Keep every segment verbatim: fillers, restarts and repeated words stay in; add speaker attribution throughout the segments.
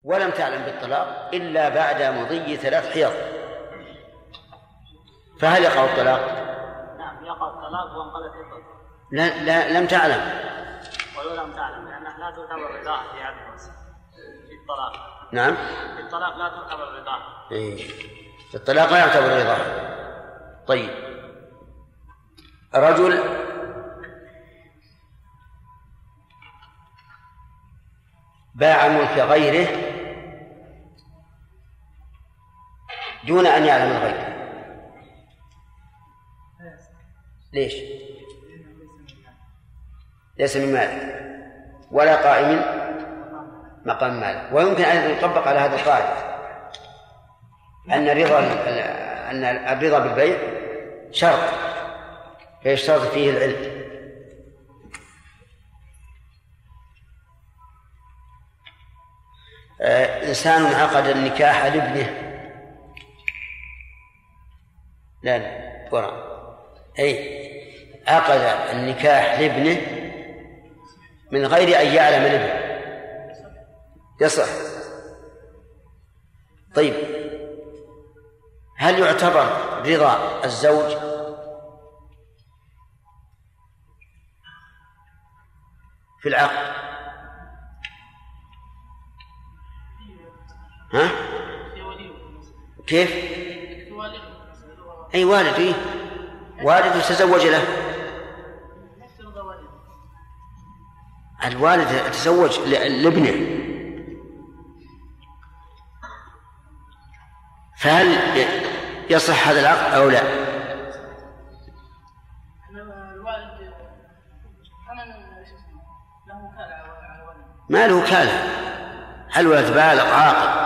Speaker 1: ولم تعلم بالطلاق إلا بعد مضي ثلاث حيض، فهل يقع الطلاق؟
Speaker 2: نعم يقع الطلاق وانقضت العدة.
Speaker 1: لا, لا لم تعلم.
Speaker 2: ولو لم تعلم لأنها لا تعتبر رضاعة في هذا الوصف في الطلاق.
Speaker 1: نعم
Speaker 2: في الطلاق لا تعتبر رضاعة.
Speaker 1: إيه. في الطلاق لا يعتبر رضاعة. طيب، رجل باع ملك غيره دون أن يعلم الغير. ليش؟ ليس من مالك ولا قائم مقام مالك. ويمكن أن يطبق على هذا القاعدة أن الرضا أن الرضا بالبيع شرط فيشترط فيه العلم. آه إنسان عقد النكاح لابنه لا لا ورا أي عقد النكاح لابنه من غير أن يعلم الابن يصح. طيب، هل يعتبر رضا الزوج في العقد؟ ها؟ كيف؟ أي والد إيه؟ والد تزوج له. الوالد تزوج لابنه، فهل يصح هذا العقد أو لا؟ ما له وكالة، الولد بالغ عاقل.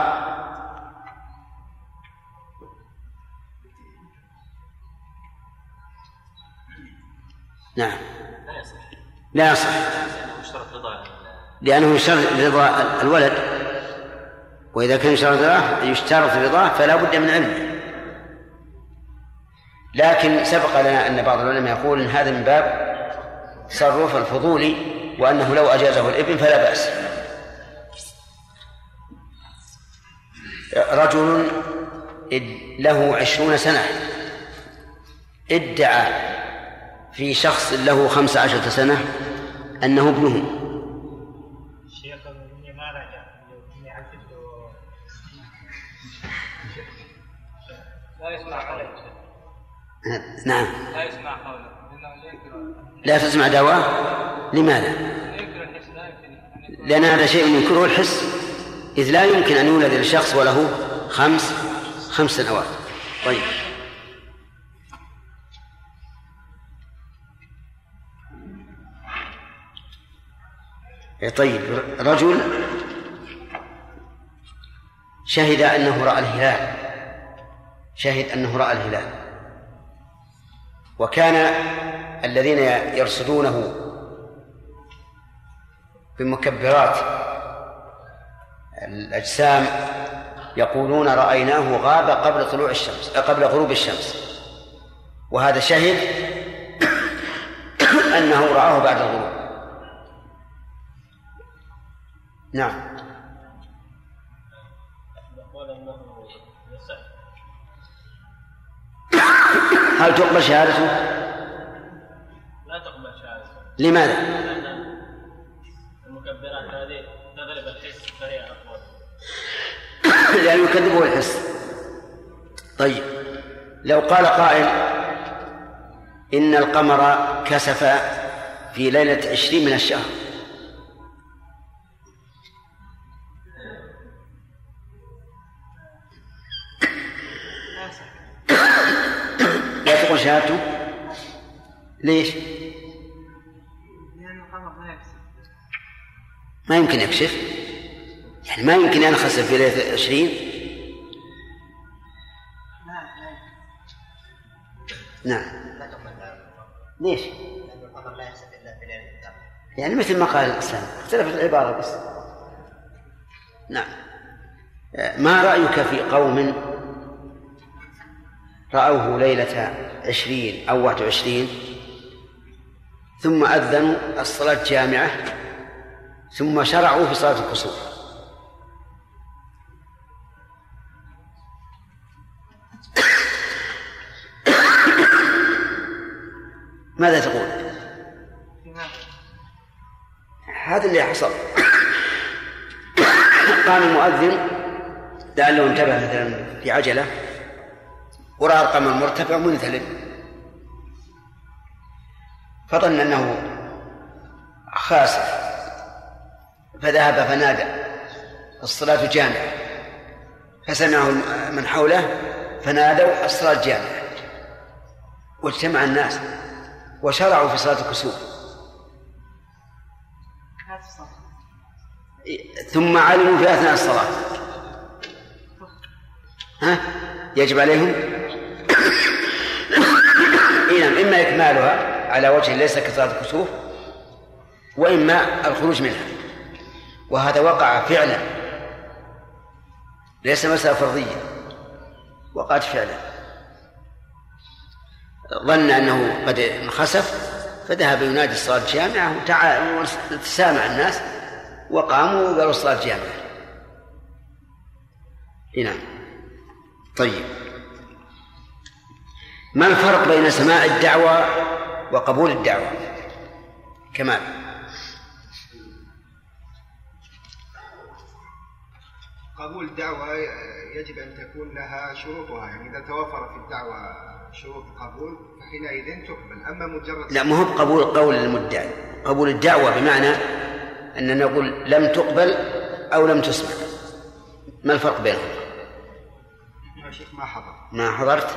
Speaker 1: نعم لا يصح لأنه يشترط رضا الولد، وإذا كان يشترط رضاه يشترط رضاه فلا بد من علمه. لكن سبق لنا أن بعض العلماء يقول إن هذا من باب تصرف الفضولي، وأنه لو أجازه الابن فلا بأس. رجل له عشرون سنة ادعى في شخص له خمس عشرة سنة أنه ابنه. نعم
Speaker 3: لا يسمع قوله،
Speaker 1: لا تسمع دعواه. لماذا؟ لأن هذا شيء ينكره الحس، إذ لا يمكن أن يولد للشخص وله خمس خمس سنوات. طيب، طيب رجل شهد أنه رأى الهلال شهد أنه رأى الهلال وكان الذين يرصدونه بمكبرات الأجسام يقولون رأيناه غاب قبل طلوع الشمس قبل غروب الشمس، وهذا شهد أنه رآه بعد الغروب. نعم. هل تقبل شهادته؟
Speaker 2: لا تقبل شهادته.
Speaker 1: لماذا؟
Speaker 2: لأن المكبرات هذه تغلب الحس بطريقة أقوى.
Speaker 1: لأنه يكذبه الحس. طيب، لو قال قائل إن القمر كسف في ليلة عشرين من الشهر، لا تقول شهادته. ليش؟
Speaker 3: لأن القمر لا يكسف.
Speaker 1: ما يمكن يكشف، يعني ما يمكن أن أخسف في ليلة عشرين. نعم. ليش؟
Speaker 4: لأن القمر لا يكسف إلا في ليلة الدار.
Speaker 1: يعني مثل ما قال الإسلام، اختلفت العبارة بس. نعم. ما رأيك في قوم رأوه ليلة عشرين أو واحد وعشرين ثم أذنوا الصلاة جامعة ثم شرعوا في صلاة الكسوف؟ ماذا تقول؟ هذا اللي حصل. قام المؤذن لعله انتبه مثلا في عجلة ورأى القمر مرتفع منثل فظن أنه خاسف فذهب فنادى الصلاة جامعة، فسمعه من حوله فنادوا الصلاة جامعة، واجتمع الناس وشرعوا في صلاة الكسوف. ثم علموا في أثناء الصلاة ها يجب عليهم إما إكمالها على وجه ليس كصلاة الكسوف وإما الخروج منها، وهذا وقع فعلا ليس مسألة فرضية، وقعت فعلا. ظن أنه قد انخسف فذهب ينادي الصلاة الجامعة وتسامع الناس وقاموا وقالوا الصلاة الجامعة. نعم. طيب، ما الفرق بين سماع الدعوة وقبول الدعوة؟ كمال.
Speaker 5: قبول الدعوة يجب أن تكون لها شروطها، يعني إذا توفر في الدعوة شروط قبول فحينئذ تقبل. أما مجرد
Speaker 1: لا، ما هو قبول قول المدعي، قبول الدعوة بمعنى أننا نقول لم تقبل أو لم تسمع. ما الفرق بينهم؟
Speaker 5: يا شيخ ما حضر
Speaker 1: ما حضرت.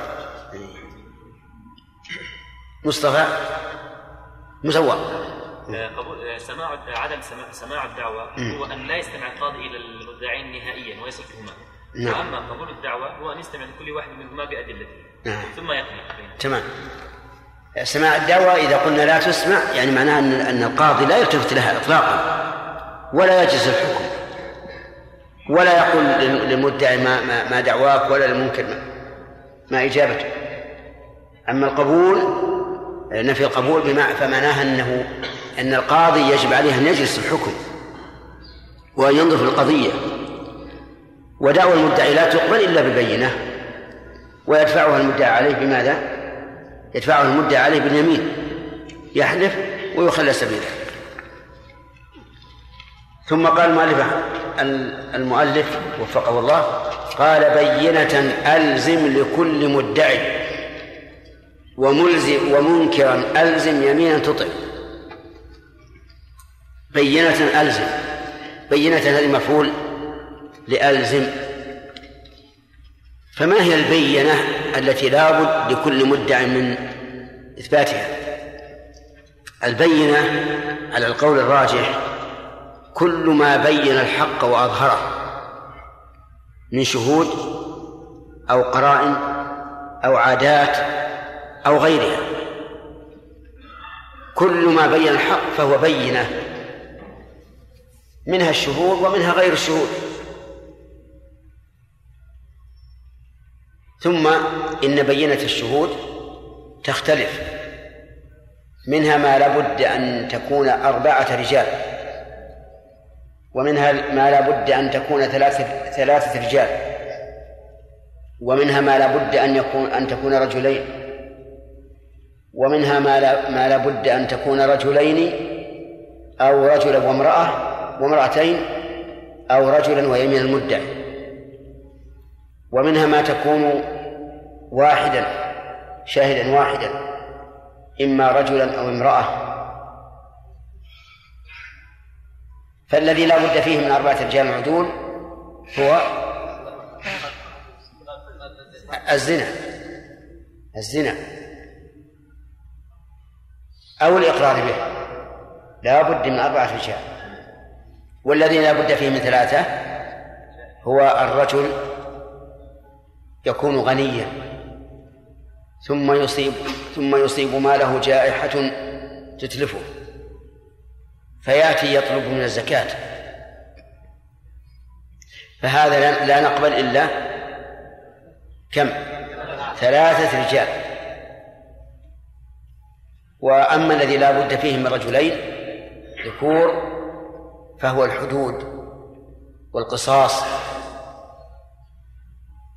Speaker 1: مصطفى مسوى.
Speaker 6: قبول سماع عدم سماع, سماع الدعوة هو أن لا يستمع القاضي إلى المدعين نهائيا ويصفهما.
Speaker 1: نعم.
Speaker 6: وأما قبول الدعوة هو أن يستمع لكل واحد منهما بأدلته. نعم. ثم يقنع.
Speaker 1: تمام. سماع الدعوة إذا قلنا لا تسمع يعني معناها أن أن القاضي لا يلتفت لها إطلاقا ولا يجلس الحكم ولا يقول للمدعي ما ما, ما دعواك ولا للمنكر ما, ما إجابته. أما القبول نفي القبول بما فمعناها أنه أن القاضي يجب عليه أن يجلس الحكم وأن ينظر في القضية، ودعوى المدعي لا تقبل إلا ببينة، ويدفعها المدعي عليه بماذا؟ يدفعه المدعي عليه باليمين، يحلف ويخلى سبيله. ثم قال المؤلف المؤلف وفقه الله قال بينة ألزم لكل مدعي وملزم ومنكرا ألزم يمينا تطع. بينة ألزم، بينة هذه مفعول لألزم. فما هي البينة التي لا بد لكل مدعي من إثباتها؟ البينة على القول الراجح كل ما بين الحق وأظهره من شهود أو قرائن أو عادات أو غيرها، كل ما بين الحق فهو بينة، منها الشهود ومنها غير الشهود. ثم إن بينة الشهود تختلف، منها ما لابد أن تكون أربعة رجال، ومنها ما لابد أن تكون ثلاثة, ثلاثة رجال، ومنها ما لابد أن يكون أن تكون رجلين، ومنها ما لا ما لابد أن تكون رجلين أو رجلا وامرأة وامرأتين أو رجلا ويمين المدعي، ومنها ما تكون واحدا شاهدا واحدا إما رجلا أو امرأة. فالذي لا بد فيه من أربعة رجال عدول هو الزنا الزنا أو الإقرار به، لا بد من أربعة رجال. والذي لا بد فيه من ثلاثة هو الرجل يكون غنيا ثم يصيب ثم يصيب ماله جائحة تتلفه فيأتي يطلب من الزكاة، فهذا لا نقبل إلا كم؟ ثلاثة رجال. وأما الذي لا بد فيه من رجلين ذكور فهو الحدود والقصاص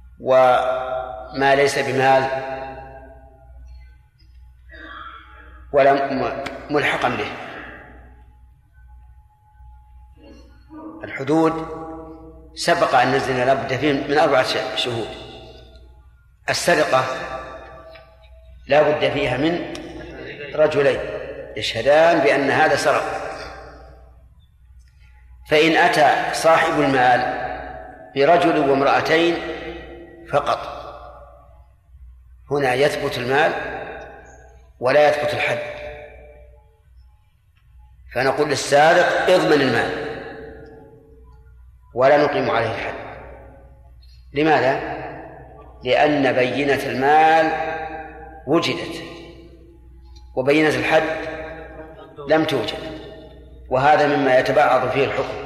Speaker 1: وما ليس بمال ولا ملحقا به. الحدود سبق أن نزلنا لابد فيه من أربعة شهود. السرقة لا بد فيها من رجلين يشهدان بأن هذا سرق. فإن أتى صاحب المال برجل وامرأتين فقط هنا يثبت المال ولا يثبت الحد، فنقول للسارق اضمن المال ولا نقيم عليه الحد. لماذا؟ لأن بينة المال وجدت وبينة الحد لم توجد، وهذا مما يتبعض فيه الحكم.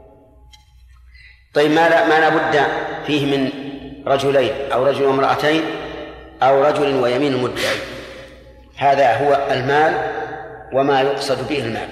Speaker 1: طيب ما لا ما لابد فيه من رجلين أو رجل وامرأتين أو رجل ويمين مدعي. هذا هو المال وما يقصد به المال.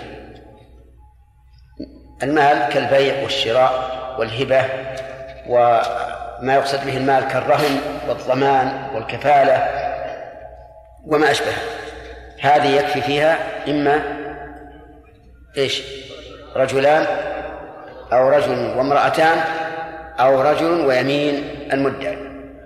Speaker 1: المال كالبيع والشراء والهبة، وما يقصد به المال كالرهن والضمان والكفالة وما أشبه. هذه يكفي فيها إما إيش؟ رجلان أو رجل وامرأتان أو رجل ويمين المدعي.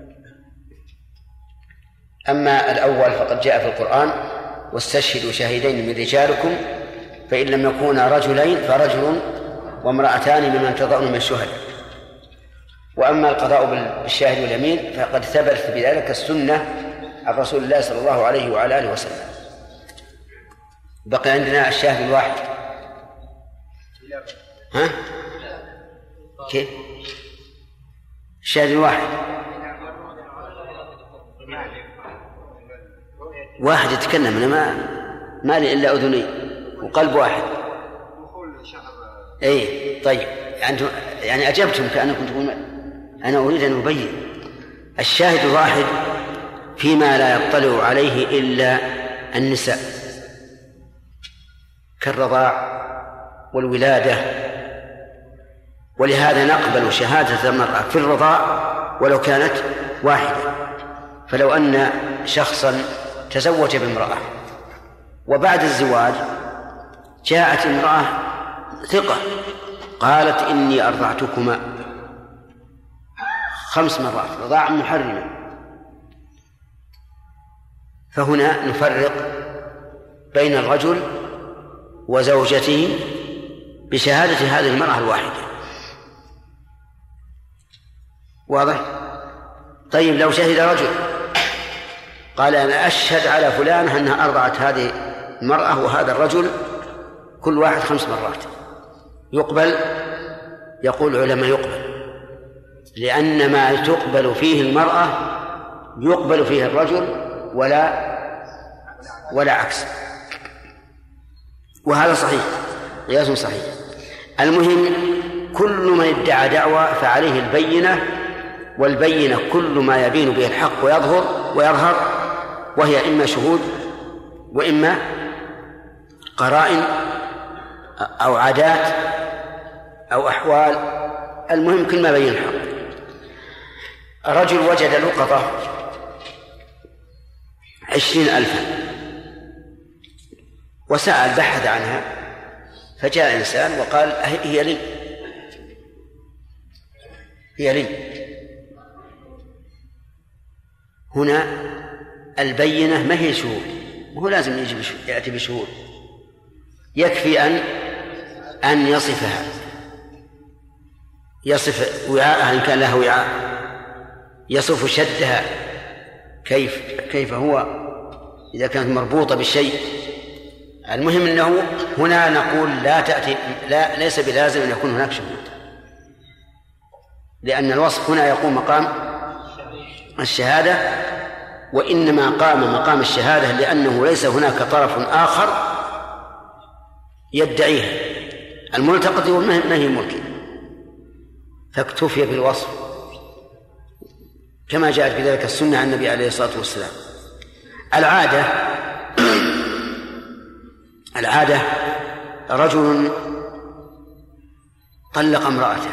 Speaker 1: أما الأول فقد جاء في القرآن واستشهدوا شاهدين من رجالكم فإن لم يكونا رجلين فرجل وامرأتان ممن تضعون من الشهداء. وأما القضاء بالشاهد واليمين فقد ثبت بذلك السنة عن رسول الله صلى الله عليه وعلى آله وسلم. بقي عندنا الشاهد الواحد. ها؟ كيف؟ الشاهد الواحد واحد يتكلم. أنا ما ما لي إلا أذني وقلب واحد. أي طيب أنتم يعني أجبتم كأنكم تقولون أنا أريد أن أبين. الشاهد الواحد فيما لا يطلع عليه إلا النساء كالرضاع والولادة، ولهذا نقبل شهادة المرأة في الرضاع ولو كانت واحدة. فلو أن شخصا تزوج بامرأة وبعد الزواج جاءت امرأة ثقة قالت إني أرضعتكما خمس مرات رضاعا محرما، فهنا نفرق بين الرجل وزوجته بشهادة هذه المرأة الواحدة. واضح؟ طيب لو شهد رجل قال أنا أشهد على فلان أنها أرضعت هذه المرأة وهذا الرجل كل واحد خمس مرات، يقبل؟ يقول العلماء يقبل، لأن ما تقبل فيه المرأة يقبل فيه الرجل ولا ولا عكس، وهذا صحيح قياس صحيح. المهم كل من ادعى دعوى فعليه البينة، والبينة كل ما يبين به الحق ويظهر ويظهر، وهي إما شهود وإما قرائن أو عادات أو أحوال. المهم كل ما بين الحق. رجل وجد لقطة عشرين ألفا وسأل بحث عنها، فجاء إنسان وقال هي لي هي لي. هنا البينة ما هي شهود، وهو لازم يجي يأتي بشهود، يكفي أن أن يصفها، يصف وعاءها إن كان لها وعاء، يصف شدها كيف كيف هو إذا كانت مربوطة بالشيء. المهم أنه هنا نقول لا تأتي لا ليس بلازم أن يكون هناك شهود، لأن الوصف هنا يقوم مقام الشهادة، وإنما قام مقام الشهادة لأنه ليس هناك طرف آخر يدعيها. الملتقط ما هي ملك، فاكتفي بالوصف كما جاءت بذلك السنة عن النبي عليه الصلاة والسلام. العادة العادة رجل طلق امرأته،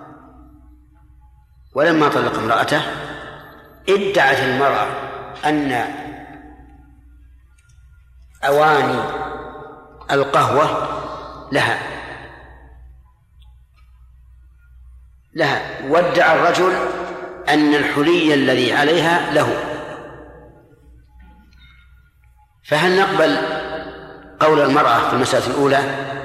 Speaker 1: ولما طلق امرأته ادعت المرأة أن أواني القهوة لها لها وادعى الرجل أن الحلي الذي عليها له، فهل نقبل قول المرأة في المسألة الأولى؟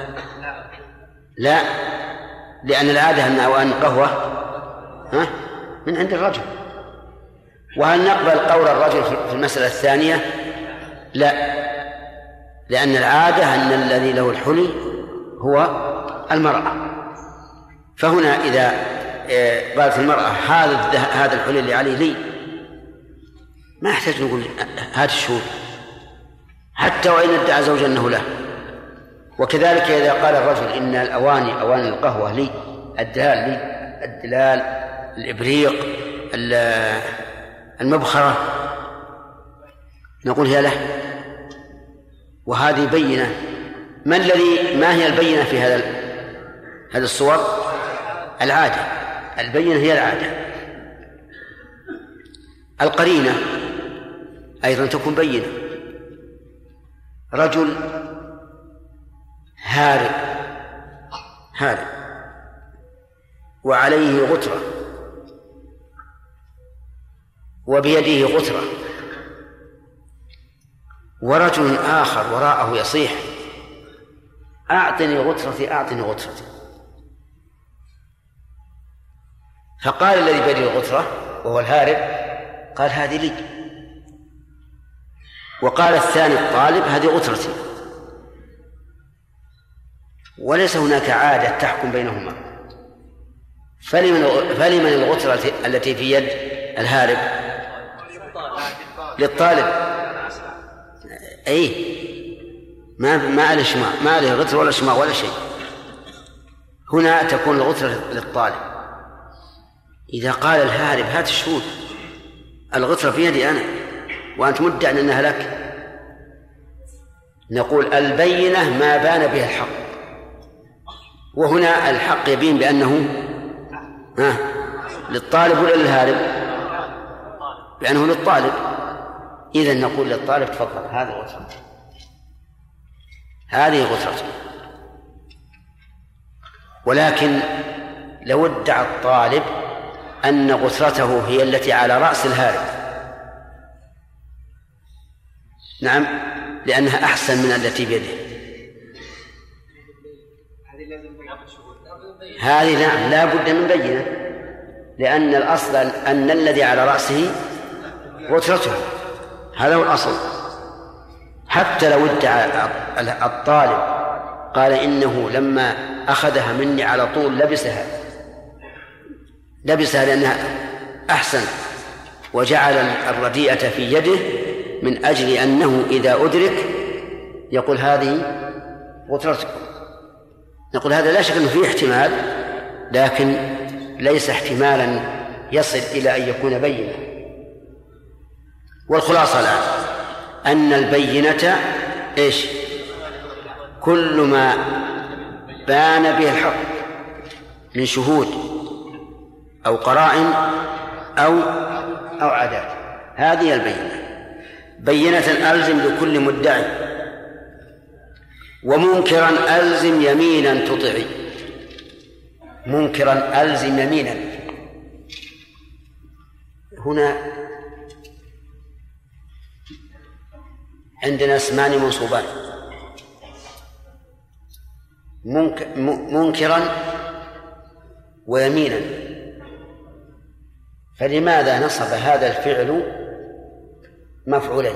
Speaker 1: لا، لأن العادة أن أواني القهوة ها من عند الرجل. وهل نقبل قول الرجل في المسألة الثانية؟ لا، لأن العادة أن الذي له الحلي هو المرأة. فهنا إذا قالت المرأة هذا هذا الحلي اللي عليه لي، ما يحتاج نقول هذا الشهود حتى وإن ادعى زوج أنه له. وكذلك إذا قال الرجل إن الأواني أواني القهوة لي، الدلال لي، الدلال، الإبريق، المبخرة، نقول هي له، وهذه بينة. ما الذي ما هي البينة في هذا هذه الصور؟ العادة. البينة هي العادة. القرينة أيضا تكون بينة. رجل هارب هارب وعليه غترة وبيده غترة، ورجل آخر وراءه يصيح أعطني غترتي أعطني غترتي، فقال الذي بيده الغترة وهو الهارب قال هذه لي، وقال الثاني الطالب هذه غترتي، وليس هناك عادة تحكم بينهما. فلمن فلمن الغترة التي في يد الهارب؟ للطالب. أي ما ما عليه شماء، ما عليه غترة ولا شماء ولا شيء. هنا تكون الغترة للطالب. إذا قال الهارب هات الشهود، الغترة في يدي أنا وأنت مدعي أنها لك، نقول البينة ما بان به الحق. وهنا الحق يبين بأنه ها للطالب ولا للهارب؟ بأنه للطالب. إذن نقول للطالب تفضل هذه غترته، هذه غترته. ولكن لو ادعى الطالب أن غترته هي التي على رأس الهارب، نعم، لأنها أحسن من التي بيده، هذه نعم لا بد من بينة، لأن الأصل أن الذي على رأسه غترته، هذا هو الأصل. حتى لو ادعى الطالب قال إنه لما أخذها مني على طول لبسها لبسها لأنها أحسن، وجعل الرديئة في يده من أجل أنه إذا أدرك يقول هذه غترتكم، نقول هذا لا شك أنه فيه احتمال، لكن ليس احتمالا يصل إلى أن يكون بينة. والخلاصة الآن أن البينة إيش؟ كل ما بان به الحق من شهود أو قرائن أو أو عادات، هذه البينة. بينة ألزم لكل مدعي، ومنكرا ألزم يمينا تطعي. منكرا ألزم يمينا، هنا عندنا اسمان منصوبان، منكرا ويمينا، فلماذا نصب هذا الفعل مفعولين؟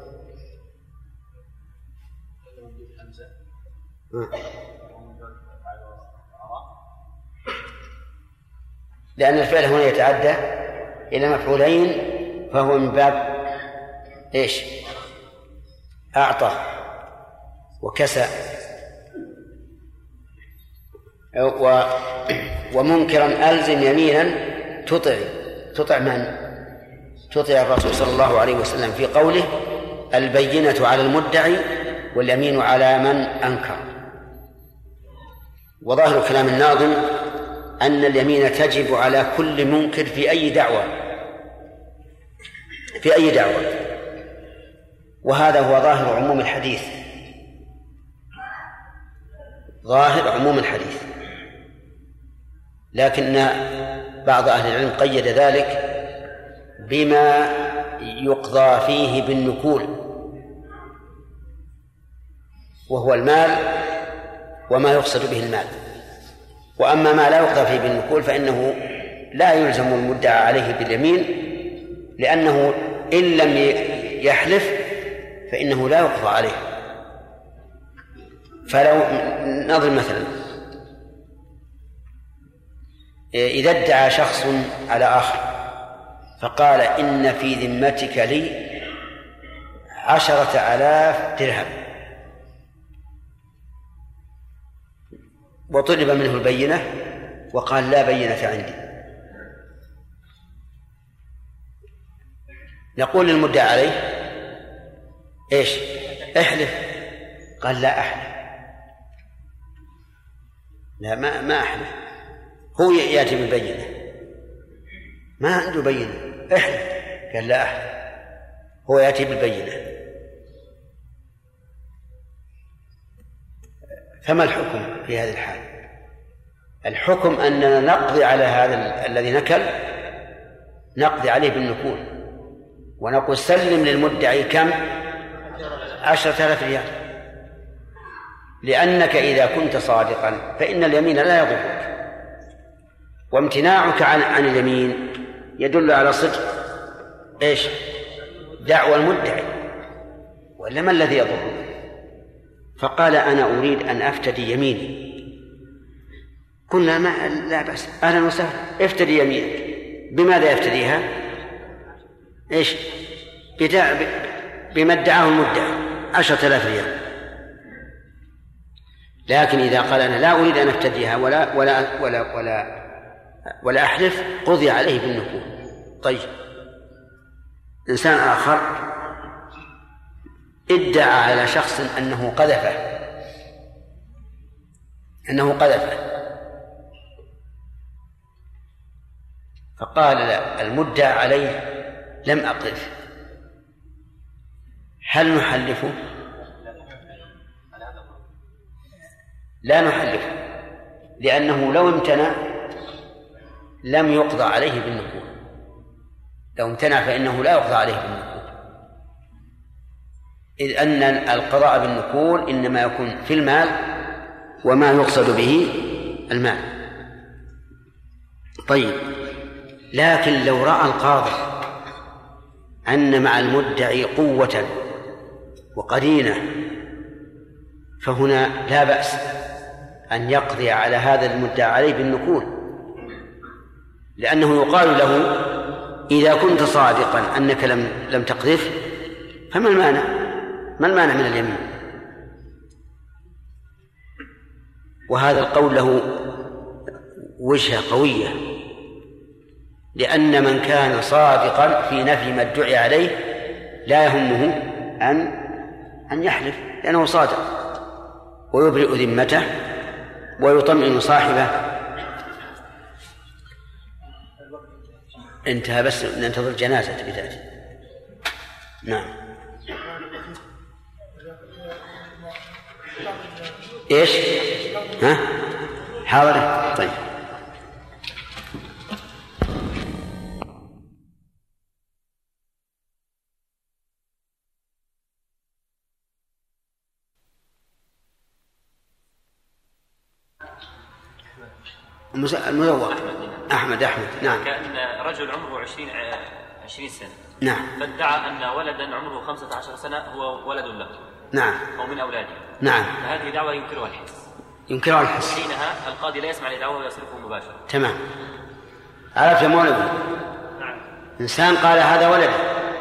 Speaker 1: لأن الفعل هنا يتعدى إلى مفعولين، فهو من باب إيش؟ أعطى وكسى. و ومنكرا ألزم يمينا تطع. تطع من؟ تطع الرسول صلى الله عليه وسلم في قوله البينة على المدعي واليمين على من أنكر. وظاهر كلام الناظم أن اليمين تجب على كل منكر في أي دعوة في أي دعوة وهذا هو ظاهر عموم الحديث، ظاهر عموم الحديث، لكن بعض أهل العلم قيد ذلك بما يقضى فيه بالنكول، وهو المال وما يقصد به المال. وأما ما لا يقضى فيه بالنكول فإنه لا يلزم المدعى عليه باليمين، لأنه إن لم يحلف فإنه لا يقضى عليه. فلو نضرب مثلا، إذا ادعى شخص على آخر فقال إن في ذمتك لي عشرة آلاف درهم، وطلب منه البينة وقال لا بينة عندي، نقول للمدعى عليه إيش؟ احلف. قال لا أحلف، لا ما ما أحلف، هو يأتي بالبينة، ما عنده بينة، احلف. قال لا أحلف، هو يأتي بالبينة. فما الحكم في هذه الحال؟ الحكم أننا نقضي على هذا الذي نكل، نقضي عليه بالنكول، ونقول سلم للمدعي كم؟ عشرة آلاف ريال، لأنك إذا كنت صادقا فإن اليمين لا يضرك، وامتناعك عن عن اليمين يدل على صدق إيش؟ دعوى المدعي، ولا ما الذي يضرك؟ فقال أنا أريد أن أفتدي يميني. قلنا ما لا بأس، أهلا وسهلا، افتدي يمينك. بماذا يفتديها؟ إيش؟ بما ادعاه المدعي، عشرة آلاف ريال. لكن إذا قال أنا لا أريد أن أفتديها ولا ولا ولا ولا ولا أحلف، قضي عليه بالنكول. طيب، إنسان آخر ادعى على شخص أنه قذفه أنه قذفه فقال المدعى عليه لم أقذف، هل نحلفه؟ لا نحلفه، لأنه لو امتنع لم يقضى عليه بالنكول، لو امتنع فإنه لا يقضى عليه بالنكول، إذ أن القضاء بالنكول إنما يكون في المال وما يقصد به المال. طيب، لكن لو رأى القاضي أن مع المدعي قوة وقرينة فهنا لا بأس أن يقضي على هذا المدعى عليه بالنكول، لأنه يقال له إذا كنت صادقا أنك لم لم تقذف فما المانع؟ ما المانع من اليمين؟ وهذا القول له وجهة قوية، لأن من كان صادقا في نفي ما ادعي عليه لا يهمه أن أن يحلف، لأنه صادق ويبرئ ذمته ويطمئن صاحبه. انتهى، بس ننتظر جنازة بذاته. نعم. ايش؟ ها؟ حاضر. طيب. المزوق أحمد أحمد نعم.
Speaker 6: كأن رجل عمره عشرين عشرين سنة،
Speaker 1: نعم،
Speaker 6: فادعى أن ولدا عمره خمسة عشر سنة هو ولد له،
Speaker 1: نعم،
Speaker 6: أو من أولاده،
Speaker 1: نعم،
Speaker 6: فهذه دعوة ينكرها الحس،
Speaker 1: ينكرها الحس،
Speaker 6: حينها القاضي لا يسمع لدعوه ويصرفه مباشرة.
Speaker 1: تمام. عرفت يا مولانا؟
Speaker 6: نعم.
Speaker 1: إنسان قال هذا ولد،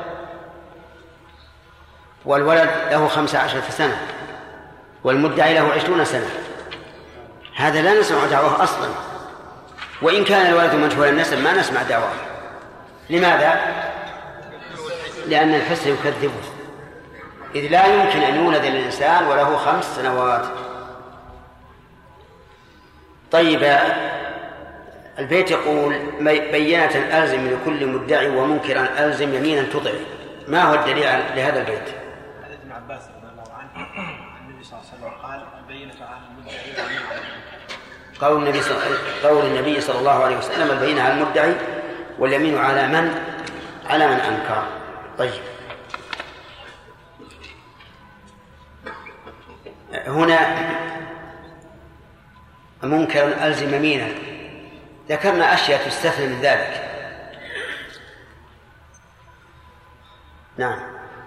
Speaker 1: والولد له خمسة عشرة سنة والمدعي له عشرون سنة، هذا لا نسمع دعوه أصلا، وإن كان الولد مجهول النسب ما نسمع دعواه. لماذا؟ لأن الحس يكذبه، إذ لا يمكن أن يولد الإنسان وله خمس سنوات. طيب، البيت يقول بينة ألزم لكل مدعي ومنكرا ألزم يمينا تطع. ما هو الدليل لهذا البيت؟
Speaker 3: صلى الله عليه وسلم قال البينة على المدعي واليمين على
Speaker 1: قول النبي صلى قول النبي صلى الله عليه وسلم البينة على المدعي واليمين على من على من أنكر. طيب هنا منكر ألزم يمينا، ذكرنا أشياء تستثنى من ذلك. نعم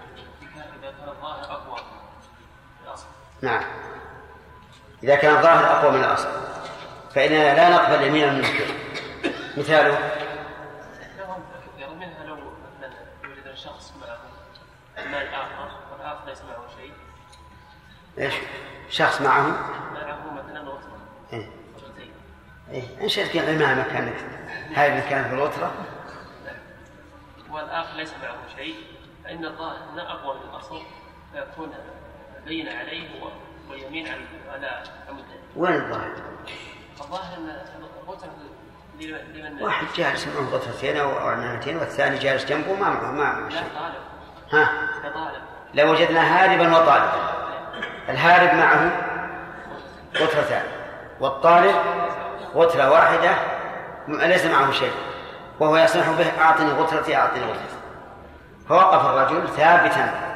Speaker 1: نعم إذا كان الظاهر أقوى من الأصل فإننا لا نقبل يمين المنكر. مثاله
Speaker 6: منها لو مثلا يوجد الشخص معه مال آخر والآخر ليس معه شيء.
Speaker 1: إيش؟ شخص معه
Speaker 6: معه مثلا وتر.
Speaker 1: إيه إيه إن شئت كان غير ما مكانك هاي المكان في الوترة
Speaker 6: والآخر ليس معه شيء فإن الظاهر لا أقوى من الأصل فيكون بين عليه واليمين على المدعي.
Speaker 1: وين الظاهر؟
Speaker 6: الظاهر أن الوتر لمن
Speaker 1: واحد جالس معه غطرتين أو عنانتين والثاني جالس جنبه ما معه ما
Speaker 6: لا طالب.
Speaker 1: ها
Speaker 6: طالب.
Speaker 1: لو وجدنا هاربا وطالبا، الهارب معه غطرتان والطالب غطرة واحدة ليس معه شيء وهو يصيح به أعطني غطرتي أعطني غطرتي، فوقف الرجل ثابتا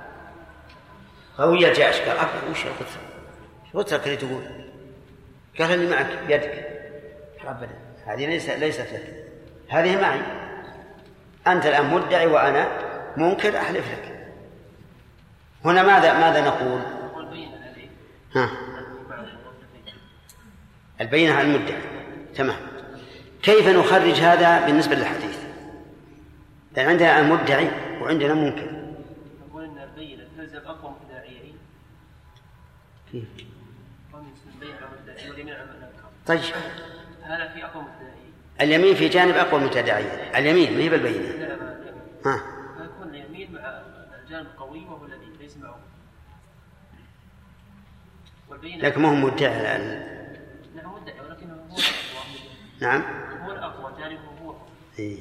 Speaker 1: قوي الجأش قال أبدا وش الغطرة غطرة كذي تقول؟ قال اللي معك بيدك. أبدا هذه ليس ليست لك، هذه معي، أنت الآن مدعي وأنا منكر أحلف لك. هنا ماذا ماذا نقول؟ ها البينة على المدعي. تمام. كيف نخرج هذا بالنسبة للحديث؟ لأن عندنا المدعي وعندنا منكر.
Speaker 6: نقول إن البينة تلزم أقوى مدعيين.
Speaker 1: كيف؟ طيب
Speaker 6: هذا في أقوى مدعيين.
Speaker 1: اليمين في جانب أقوى متداعيين، اليمين ما هي بالبينة.
Speaker 6: ها. فيكون اليمين مع الجانب القوي وهو الذي ليس معه.
Speaker 1: لكن ما هو مدعي الآن.
Speaker 6: نعم مدعي ولكنه هو الأقوى.
Speaker 1: نعم.
Speaker 6: هو الأقوى جانبه هو.
Speaker 1: إيه.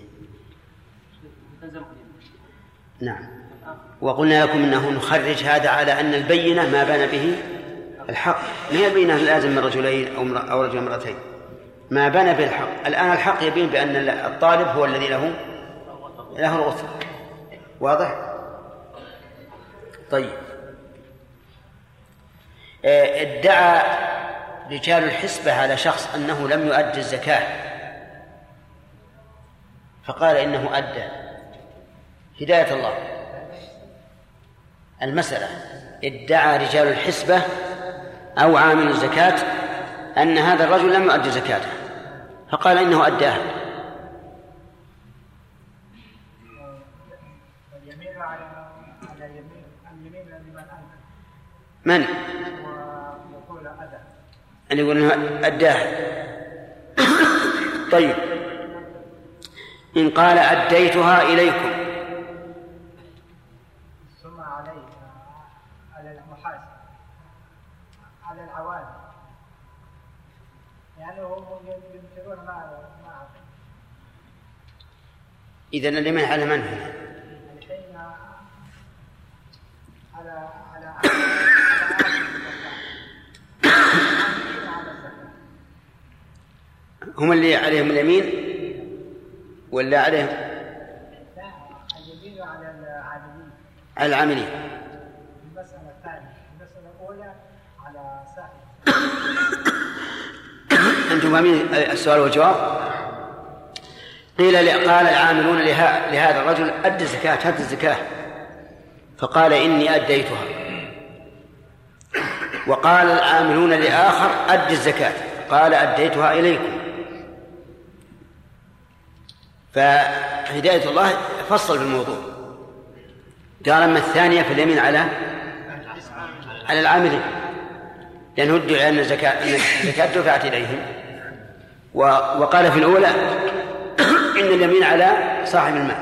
Speaker 1: نعم. وقلنا لكم أنه نخرج هذا على أن البينة ما بان به الحق، ما هي البينة لازم من رجلين أو أو رجل امرأتين، ما بان به الحق. الآن الحق يبين بأن الطالب هو الذي له له الغثر. واضح؟ طيب. ادعى رجال الحسبة على شخص أنه لم يؤدي الزكاة فقال إنه أدى. هداية الله. المسألة ادعى رجال الحسبة أو عامل الزكاة أن هذا الرجل لم يؤدي زكاته فقال إنه أداها.
Speaker 3: اليمين على اليمين اليمين لمن أنكر
Speaker 1: من؟
Speaker 3: ويقول أدى
Speaker 1: أن يقول إنه أداها. طيب إن قال أديتها إليكم
Speaker 3: ثم عليه على المحاسب على العوام يعني هم ينكرون ما ما
Speaker 1: إذن اليمين على من هنا؟
Speaker 3: الحين على على
Speaker 1: هم اللي عليهم اليمين ولا عليهم
Speaker 3: اليمين على العاملين
Speaker 1: على العاملين؟
Speaker 3: المسألة الثانية المسألة الأولى على سائل.
Speaker 1: أنتم فاهمين السؤال والجواب؟ قيل قال العاملون لهذا الرجل أدي الزكاة هات الزكاة فقال إني أديتها، وقال العاملون لآخر أدي الزكاة قال أديتها إليكم. فهداية الله فصل في الموضوع قال أما الثانية فاليمين على على العاملين لأنه ادعى أن الزكاة دفعت إليهم، وقال في الأولى إن اليمين على صاحب المال.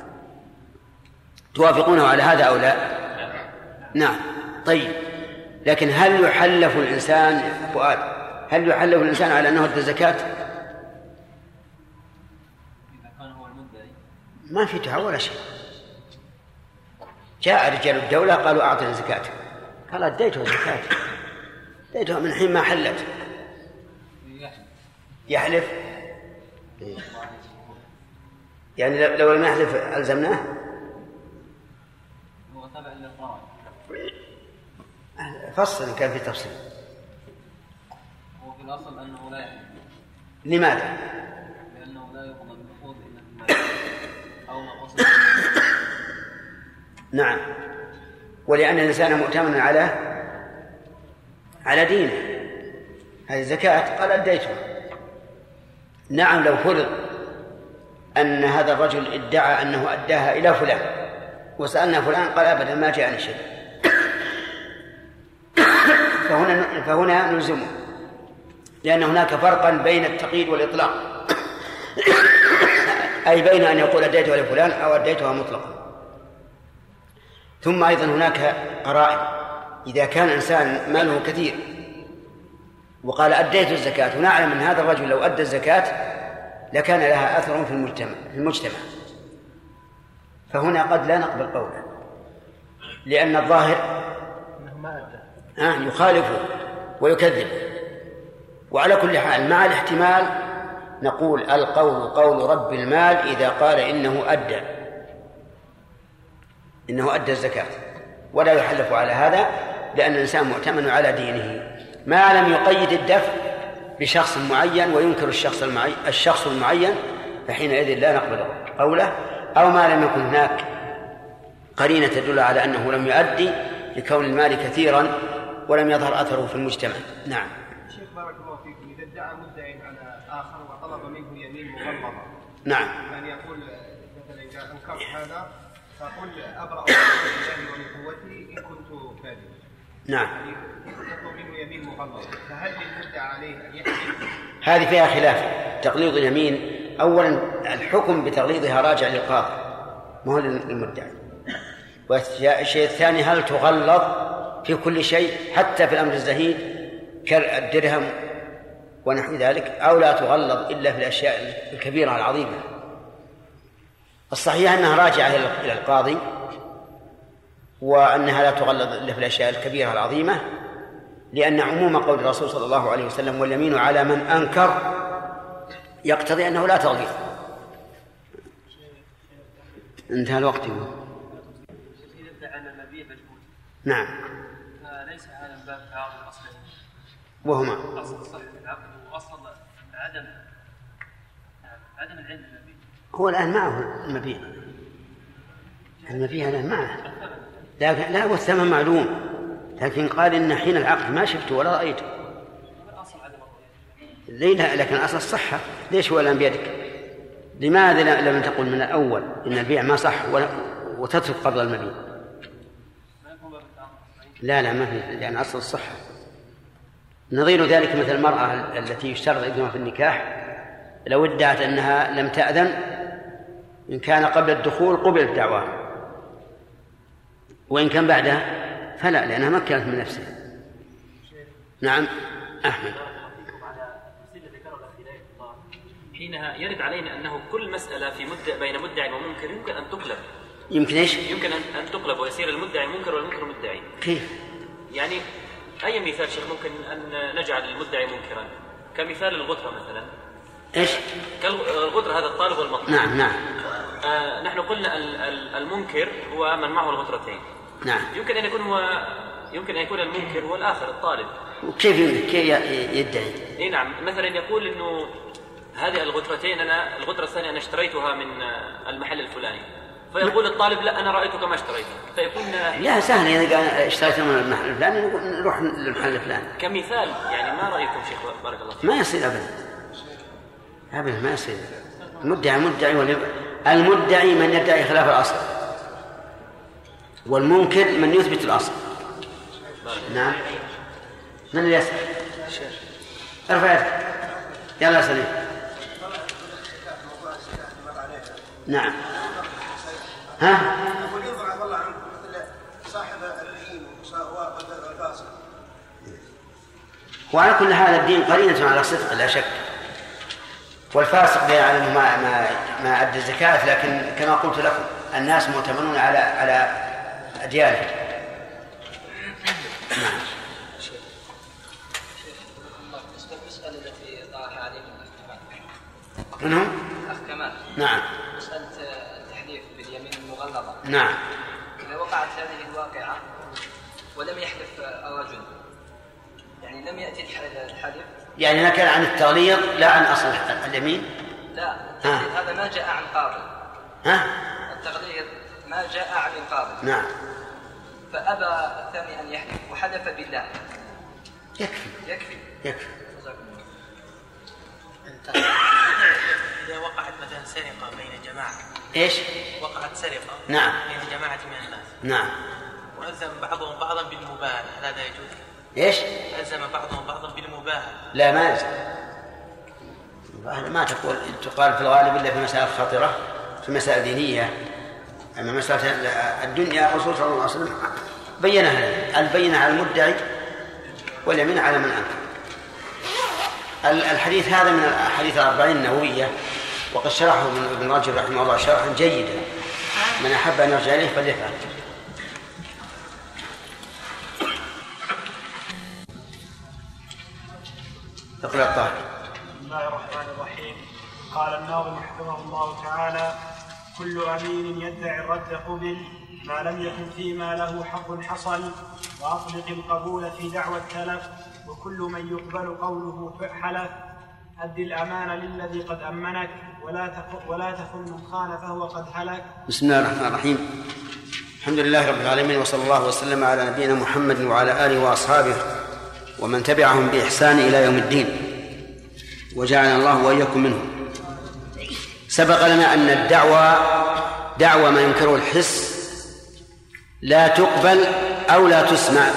Speaker 1: توافقونه على هذا أو لا؟ نعم. طيب لكن هل يحلف الإنسان فؤاد هل يحلف الإنسان على أنه أدى الزكاة؟ ما في دعوة ولا شيء. جاء رجال الدولة قالوا أعطنا الزكاة قال أديتها زكاة، أديتها من حين ما حلت. يحلف يعني لو لم يحلف ألزمناه.
Speaker 7: هو تبع للضرر.
Speaker 1: فصل كان في تفصيل.
Speaker 7: هو في الأصل أنه لا يحلف.
Speaker 1: لماذا؟
Speaker 7: لأنه لا يقضى بالنقود إلا بما أو ما وصل.
Speaker 1: نعم، ولأن الإنسان مؤتمن على على دينه. هذه الزكاة قال أديتها. نعم، لو فرض أن هذا الرجل ادعى أنه أداها إلى فلان وسألنا فلان قال أبدا ما جاءني شيء، فهنا فهنا نلزمه، لأن هناك فرقا بين التقييد والإطلاق، أي بين أن يقول أديتها لفلان أو أديتها مطلقا. ثم أيضا هناك قرائن. إذا كان إنسان ماله كثير وقال أديت الزكاة، ونعلم أن هذا الرجل لو أدى الزكاة لكان لها أثر في المجتمع في المجتمع فهنا قد لا نقبل قوله، لأن الظاهر يخالفه ويكذب. وعلى كل حال مع الاحتمال نقول القول قول رب المال إذا قال إنه أدى إنه أدى الزكاة، ولا يحلف على هذا، لأن الإنسان مؤتمن على دينه ما لم يقيد الدفع بشخص معين وينكر الشخص المعين الشخص المعين، فحينئذ لا نقبل قوله، أو ما لم يكن هناك قرينة تدل على أنه لم يؤدي لكون المال كثيرا ولم يظهر أثره في المجتمع. نعم.
Speaker 5: شيخ بارك الله فيكم، إذا ادعى مدعي على آخر وطلب منه يمين مغلظة،
Speaker 1: نعم،
Speaker 5: يعني يقول مثلا إذا أنكرت هذا فقل أبرأ بالله ومن قوتي إن كنت كاذبا.
Speaker 1: نعم،
Speaker 5: يطلب منه يمين مغلظة، فهل للمدعى عليه أن يحلف؟
Speaker 1: هذه فيها خلاف. تقليد اليمين أولا الحكم بتغليظها راجع للقاضي ما هو للمدعي. والشيء الثاني هل تغلظ في كل شيء حتى في الأمر الزهيد كالدرهم ونحو ذلك، أو لا تغلظ إلا في الأشياء الكبيرة العظيمة. الصحيح أنها راجعة إلى القاضي، وأنها لا تغلظ إلا في الأشياء الكبيرة العظيمة، لأن عموم قول الرسول صلى الله عليه وسلم واليمين على من أنكر يقتضي أنه لا تغلظ. انتهى الوقت. نعم،
Speaker 6: فليس هذا الباب تعارض اصلين،
Speaker 1: وهما
Speaker 6: اصل صحه العقد واصل عدم عدم العلم بالمبيع.
Speaker 1: هو الآن معه المبيع، المبيع الآن معه، لا لا والثمن معلوم، لكن قال إن حين العقد ما شفته ولا رأيته. ليه؟ لكن أصل الصحة. ليش هو الآن بيدك؟ لماذا لم تقل من الأول إن البيع ما صح وتترك قبل المبيع؟ لا لا ما في، لأن أصل الصحة. نظير ذلك مثل المرأة التي يشترط إذنها في النكاح لو ادعت أنها لم تأذن إن كان قبل الدخول قبل دعواها، وإن كان بعدها فلا، لأنها ما كانت من نفسها. نعم أحمد.
Speaker 8: حينها يرد علينا أنه كل مسألة في مدة بين مدعي ومنكر يمكن أن تقلب.
Speaker 1: يمكن إيش؟
Speaker 8: يمكن أن تقلب ويصير المدعي منكر والمنكر مدعي.
Speaker 1: كيف؟
Speaker 8: يعني أي مثال شيخ ممكن أن نجعل المدعي منكرا؟ كمثال الغترة مثلا.
Speaker 1: إيش؟
Speaker 8: كالغترة هذا الطالب والمطلوب.
Speaker 1: نعم نعم.
Speaker 8: آه نحن قلنا المنكر هو من معه الغترتين.
Speaker 1: نعم.
Speaker 8: يمكن أن يكون هو يمكن أن يكون المنكر هو الآخر الطالب.
Speaker 1: وكيف كيف يدعي؟
Speaker 8: إيه نعم، مثلا يقول إنه هذه الغترتين أنا الغترة الثانية أنا اشتريتها من المحل الفلاني، فيقول الطالب لا أنا رأيتك ما اشتريتها، فيكون
Speaker 1: لا سهل إذا قال اشتريتها من المحل الفلاني نروح للمحل الفلاني
Speaker 8: كمثال. يعني ما رأيكم شيخ بارك الله فيك؟
Speaker 1: ما يصير أبدا أبدا ما يصير. المدعي مدعي ولي... المدعي من يدعي خلاف الأصل، والمنكر من يثبت الأصل. نعم. من اللي يسأل؟ ارفع يدك يلا سليم. نعم. ها؟
Speaker 5: ينظر عبد الله عنكم مثل صاحب الرهين والفاسق.
Speaker 1: وعلى كل هذا الدين قرينة على صدق لا شك، والفاسق لا يعلم ما ما ما أدى الزكاة، لكن كما قلت لكم الناس مؤتمنون على على أديانهم. نعم.
Speaker 7: المسألة التي طرحها علي
Speaker 1: من هو؟
Speaker 7: أخ كمال.
Speaker 1: نعم.
Speaker 7: مسألة التحليف باليمين المغلظة.
Speaker 1: نعم.
Speaker 7: إذا وقعت هذه الواقعة ولم يحلف الرجل، يعني لم يأتي الحلف،
Speaker 1: يعني ما كان عن التغليظ لا عن أصل اليمين؟
Speaker 7: لا، التغليظ هذا ما جاء عن قاضي.
Speaker 1: ها؟
Speaker 7: التغليظ ما جاء عن القاضي.
Speaker 1: نعم.
Speaker 7: فأبى الثاني أن يحلف وحلف بالله.
Speaker 1: يكفي.
Speaker 7: يكفي.
Speaker 1: يكفي.
Speaker 9: إذا وقعت مثلا سرقة بين جماعة.
Speaker 1: إيش؟
Speaker 9: وقعت سرقة.
Speaker 1: نعم.
Speaker 9: بين جماعة من الناس.
Speaker 1: نعم.
Speaker 9: وألزم بعضهم بعضا بالمباهلة، هل هذا يجوز؟
Speaker 1: إيش؟
Speaker 9: ألزم بعضهم بعضا بالمباهلة.
Speaker 1: لا ما يلزم. ما تقول تقال في الغالب إلا في مسائل خطرة، في مسائل دينية. أما مسألة الدنيا الرسول صلى الله عليه وسلم بينها، البينة على المدعي واليمين على من أنكر. الحديث هذا من الحديث الأربعين النووية، وقد شرحه ابن رجب رحمه الله شرحا جيدا، من أحب أن يرجع إليه فليفعل. اقرأ الطاهر.
Speaker 3: بسم الله الرحمن الرحيم. قال الناظم حفظه الله تعالى: كل أمين يدعي الرد قبل ما لم يكن فيما له حق حصل، وأطلق القبول في دعوى التلف، وكل من يقبل قوله حلف. أد الأمان للذي قد أمنك، ولا تخ... ولا تخن من خان فهو قد هلك.
Speaker 1: بسم الله الرحمن الرحيم. الحمد لله رب العالمين، وصلى الله وسلم على نبينا محمد وعلى آله وأصحابه ومن تبعهم بإحسان إلى يوم الدين، وجعلنا الله وإياكم منهم. سبق لنا أن الدعوة دعوة ما ينكره الحس لا تقبل أو لا تسمع،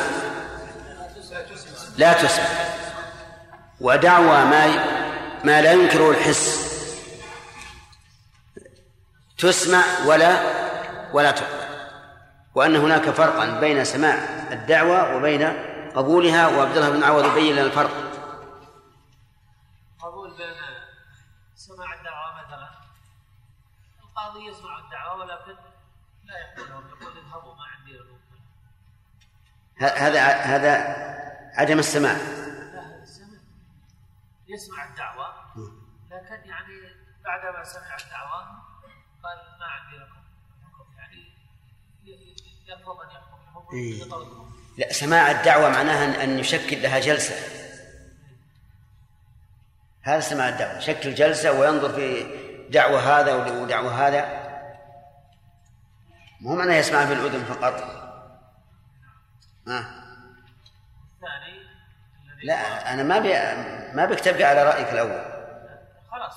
Speaker 1: لا تسمع، ودعوة ما ما لا ينكره الحس تسمع ولا ولا تقبل، وأن هناك فرقا بين سماع الدعوة وبين قبولها. وعبد الله بن عوض يبين لنا الفرق.
Speaker 2: قبول بين سماع الدعوة، مثلا القاضي يسمع الدعوة ولكن لا يقولهم، يقول اذهبوا ما عندي لكم.
Speaker 1: هذا هذا عدم السماع.
Speaker 2: لا، هذا السماع، يسمع الدعوة لكن يعني بعدما سمع الدعوة قال ما عندي لكم، يعني يرفض أن يحكم بقولكم.
Speaker 1: لا، سماع الدعوة معناها أن يشكل لها جلسة. هذا سماع الدعوة، يشكل جلسة وينظر في دعوة هذا ودعوة هذا، مو معناه يسمع بالأذن فقط. آه. لا، أنا ما بي ما بكتب على رأيك الأول.
Speaker 2: خلاص.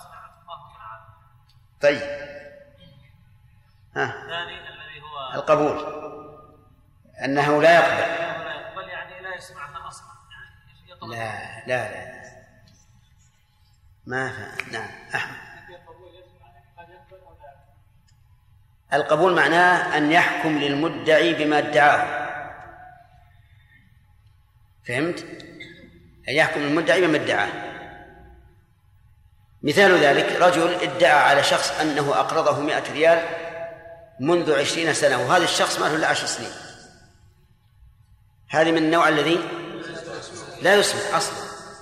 Speaker 1: طيب. ها.
Speaker 2: الثاني الذي هو
Speaker 1: القبول، أنه لا يقبل.
Speaker 2: لا يقبل يعني لا يسمعها أصلا، يعني
Speaker 1: لا لا لا ما فهم. نعم أحمد. القبول معناه أن يحكم للمدعي بما ادعاه. فهمت؟ أن يحكم المدعي بما ادعاه. مثال ذلك رجل ادعى على شخص أنه أقرضه مئة ريال منذ عشرين سنة، وهذا الشخص ما له إلا عشر سنين. هذه من النوع الذي لا يسمع أصلا،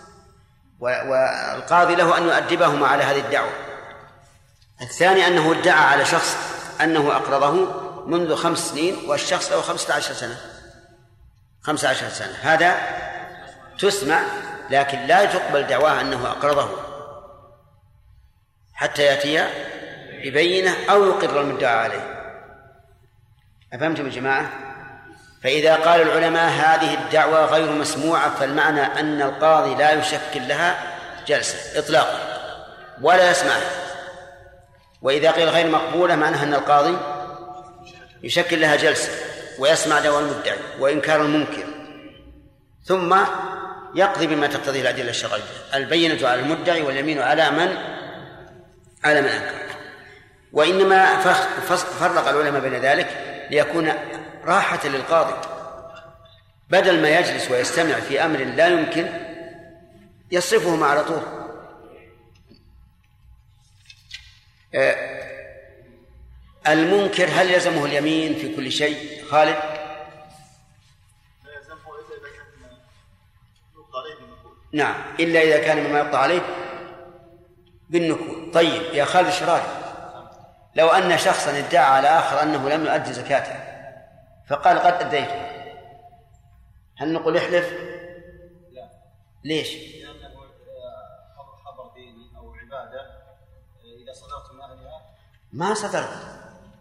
Speaker 1: والقاضي له أن يؤدبهما على هذه الدعوة. الثاني أنه ادعى على شخص أنه أقرضه منذ خمس سنين والشخص له خمسة عشر سنة خمسة عشر سنة، هذا تسمع لكن لا تقبل دعواه أنه أقرضه حتى يأتي ببينة أو يقر المدعى عليه. أفهمتم يا جماعة؟ فإذا قال العلماء هذه الدعوة غير مسموعة، فالمعنى أن القاضي لا يشكل لها جلسة إطلاقا ولا يسمعها. وإذا قيل غير مقبولة معناها أن القاضي يشكل لها جلسة ويسمع دعوى المدعي وإنكار المنكر، ثم يقضي بما تقتضيه الأدلة الشرعية، البينة على المدعي واليمين على من على من أنكر. وإنما فرق العلماء بين ذلك ليكون راحة للقاضي، بدل ما يجلس ويستمع في أمر لا يمكن يصرفهما على طول. المنكر هل يلزمه اليمين في كل شيء؟ خالد؟
Speaker 10: لا يلزمه إلا إذا
Speaker 1: نعم، إلا إذا كان مما يقطع عليه بالنكول. طيب يا خالد الشراري، لو أن شخصا ادعى على آخر أنه لم يؤدي زكاته فقال قد أديته، هل نقول احلف؟
Speaker 10: لا.
Speaker 1: ليش؟
Speaker 10: لأنه خبر ديني أو عبادة، إذا صدرت من أهلها
Speaker 1: ما صدرت.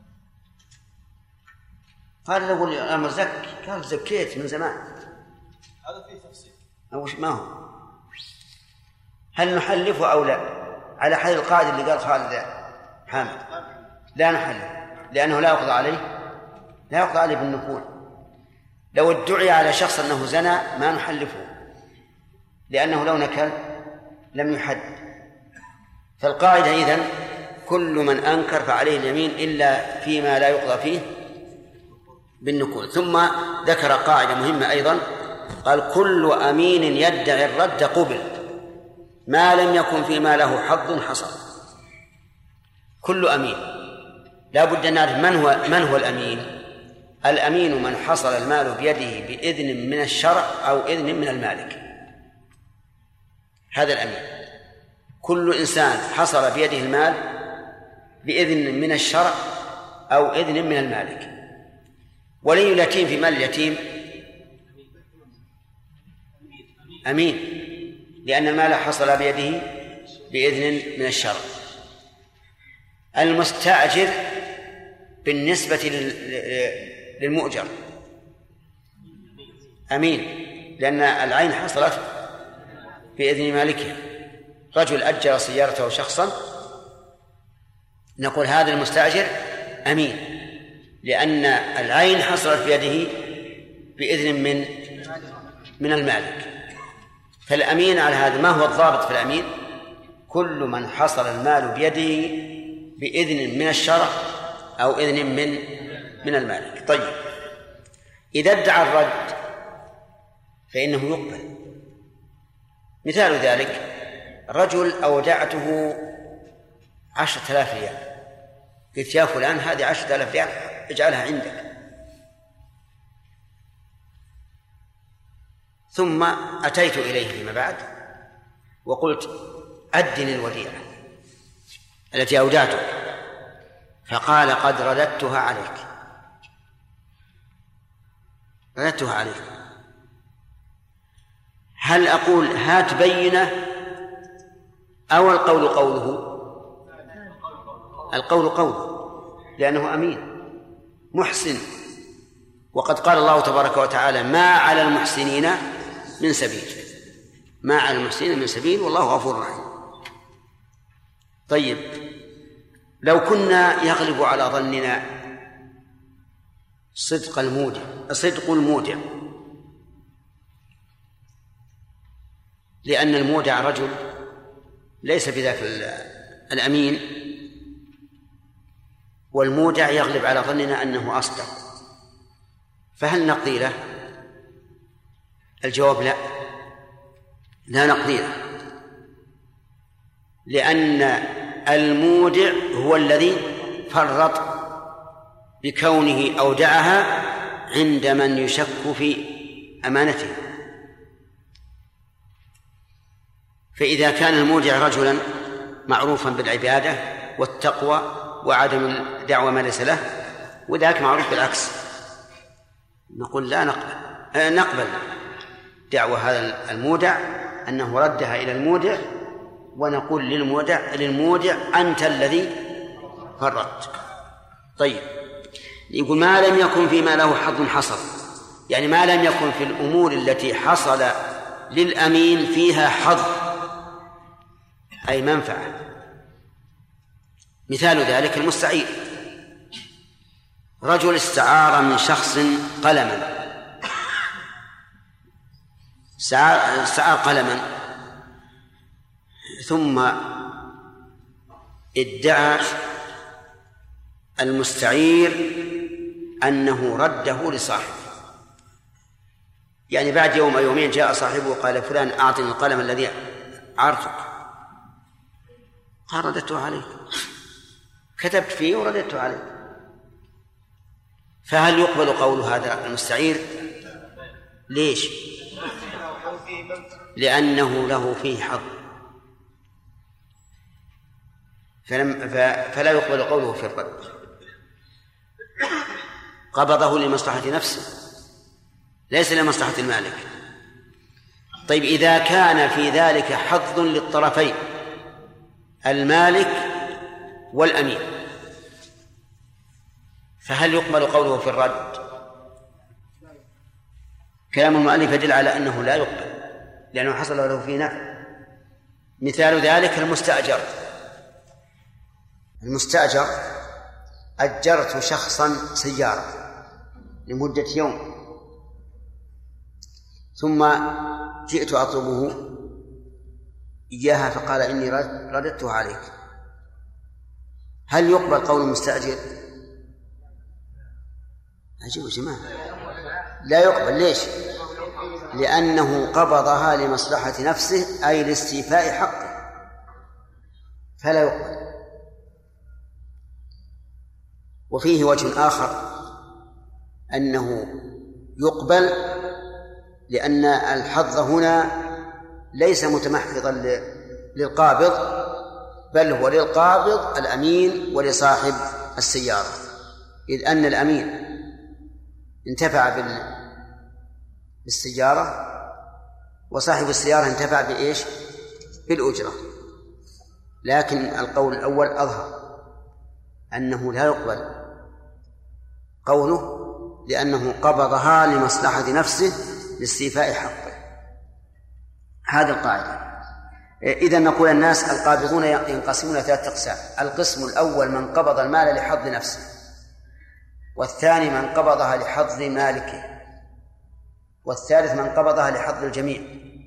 Speaker 1: قال يقول أنا زك، قال زكيت من زمان.
Speaker 10: هذا فيه تفصيل.
Speaker 1: أو ما هو؟ هل نحلفه أو لا؟ على حد القاعدة اللي قال خالد حامد لا نحلف، لأنه لا يقضى عليه، لا يقضى عليه بالنكول. لو ادعي على شخص أنه زنى ما نحلفه، لأنه لو نكل لم يحد. فالقاعدة إذن كل من أنكر فعليه اليمين إلا فيما لا يقضى فيه بالنكول. ثم ذكر قاعدة مهمة أيضا، قال كل أمين يدعي الرد قبل ما لم يكن فيما له حظ حصل. كل أمين لا بد أن نعرف من هو من هو الأمين. الأمين من حصل المال بيده بإذن من الشرع أو إذن من المالك، هذا الأمين. كل إنسان حصل بيده المال بإذن من الشرع أو إذن من المالك. ولي اليتيم في مال اليتيم أمين، لأن المال حصل بيده بإذن من الشرع. المستأجر بالنسبة للمؤجر أمين، لأن العين حصلت بإذن مالكها. رجل أجر سيارته شخصا نقول هذا المستأجر أمين، لأن العين حصلت بيده بإذن من من المالك. فالأمين على هذا ما هو الضابط في الأمين؟ كل من حصل المال بيده بإذن من الشرع أو إذن من من المالك. طيب إذا ادعى الرد فإنه يقبل. مثال ذلك رجل أودعته عشرة آلاف ريال، قلت يا فلان هذه عشرة آلاف ريال اجعلها عندك، ثم أتيت إليه فيما بعد وقلت أدني الوديعة التي أودعتك، فقال قد رددتها عليك رددتها عليك هل أقول هات بينة أو القول قوله؟ القول قوله، لأنه أمين محسن، وقد قال الله تبارك وتعالى ما على المحسنين من سبيل، ما على المحسنين من سبيل والله غفور رحيم. طيب لو كنا يغلب على ظننا صدق المودع صدق المودع لأن المودع رجل ليس بذاك الأمين، والمودع يغلب على ظننا أنه أصدق، فهل نقضي له؟ الجواب لا، لا نقضي له، لأن المودع هو الذي فرط بكونه أودعها عند من يشك في أمانته. فإذا كان المودع رجلا معروفا بالعبادة والتقوى وعدم الدعوة ما ليس له، وذاك معروف بالعكس، نقول لا نقبل آه نقبل دعوة هذا المودع أنه ردها إلى المودع، ونقول للمودع للمودع أنت الذي فرطت. طيب يقول ما لم يكن فيما له حظ حصل، يعني ما لم يكن في الأمور التي حصل للأمين فيها حظ أي منفعة. مثال ذلك المستعير، رجل استعار من شخص قلما استعار قلما ثم ادعى المستعير أنه رده لصاحبه، يعني بعد يوم أو يومين جاء صاحبه وقال فلان أعطني القلم الذي عرفك، قال رددته عليك، كتبت فيه ورددته عليك. فهل يقبل قول هذا المستعير؟ ليش؟ لأنه له فيه حظ، فلم فلا يقبل قوله في الرد. قبضه لمصلحة نفسه ليس لمصلحة المالك. طيب إذا كان في ذلك حظ للطرفين المالك والأمين فهل يقبل قوله في الرد؟ كلام المؤلف يدل على أنه لا يقبل لأنه حصل له فيه نفع. مثال ذلك المستأجر. المستأجر أجرت شخصا سيارة لمدة يوم ثم جئت أطلبه إياها فقال إني رددتها عليك، هل يقبل قول المستأجر؟ عجيب يا جماعة، لا يقبل. ليش؟ لأنه قبضها لمصلحة نفسه أي لاستيفاء حقه، فلا يقبل. وفيه وجه آخر أنه يقبل لأن الحظ هنا ليس متمحضا للقابض بل هو للقابض الأمين ولصاحب السيارة، إذ أن الأمين انتفع بالسيارة وصاحب السيارة انتفع بإيش؟ بالأجرة. لكن القول الأول أظهر أنه لا يقبل قوله لأنه قبضها لمصلحة نفسه لاستيفاء حقه. هذه القاعدة. إذا نقول الناس القابضون ينقسمون إلى ثلاثة أقسام: القسم الأول من قبض المال لحظ نفسه، والثاني من قبضها لحظ مالكه، والثالث من قبضها لحظ الجميع.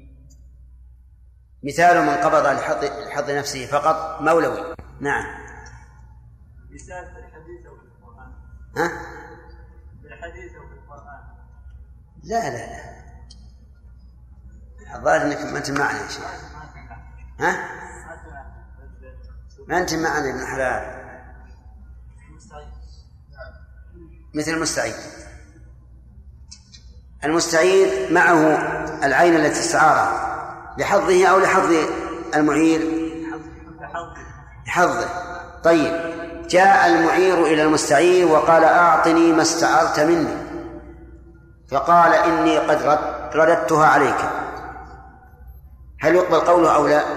Speaker 1: مثال من قبضها لحظ, لحظ نفسه فقط مولوي. نعم.
Speaker 11: مثال الحديث أو القرآن.
Speaker 1: ها؟
Speaker 11: الحديث أو القرآن.
Speaker 1: لا لا لا الظاهر انك ما انت معنا يا شيخ. ها؟ ما انت معنا ابن حلال. مثل المستعيد. المستعيد معه العين التي استعارها لحظه او لحظ المعير؟ لحظه. طيب جاء المعير الى المستعير وقال اعطني ما استعرت مني، فقال اني قد رددتها عليك، هل يقبل قوله أو لا؟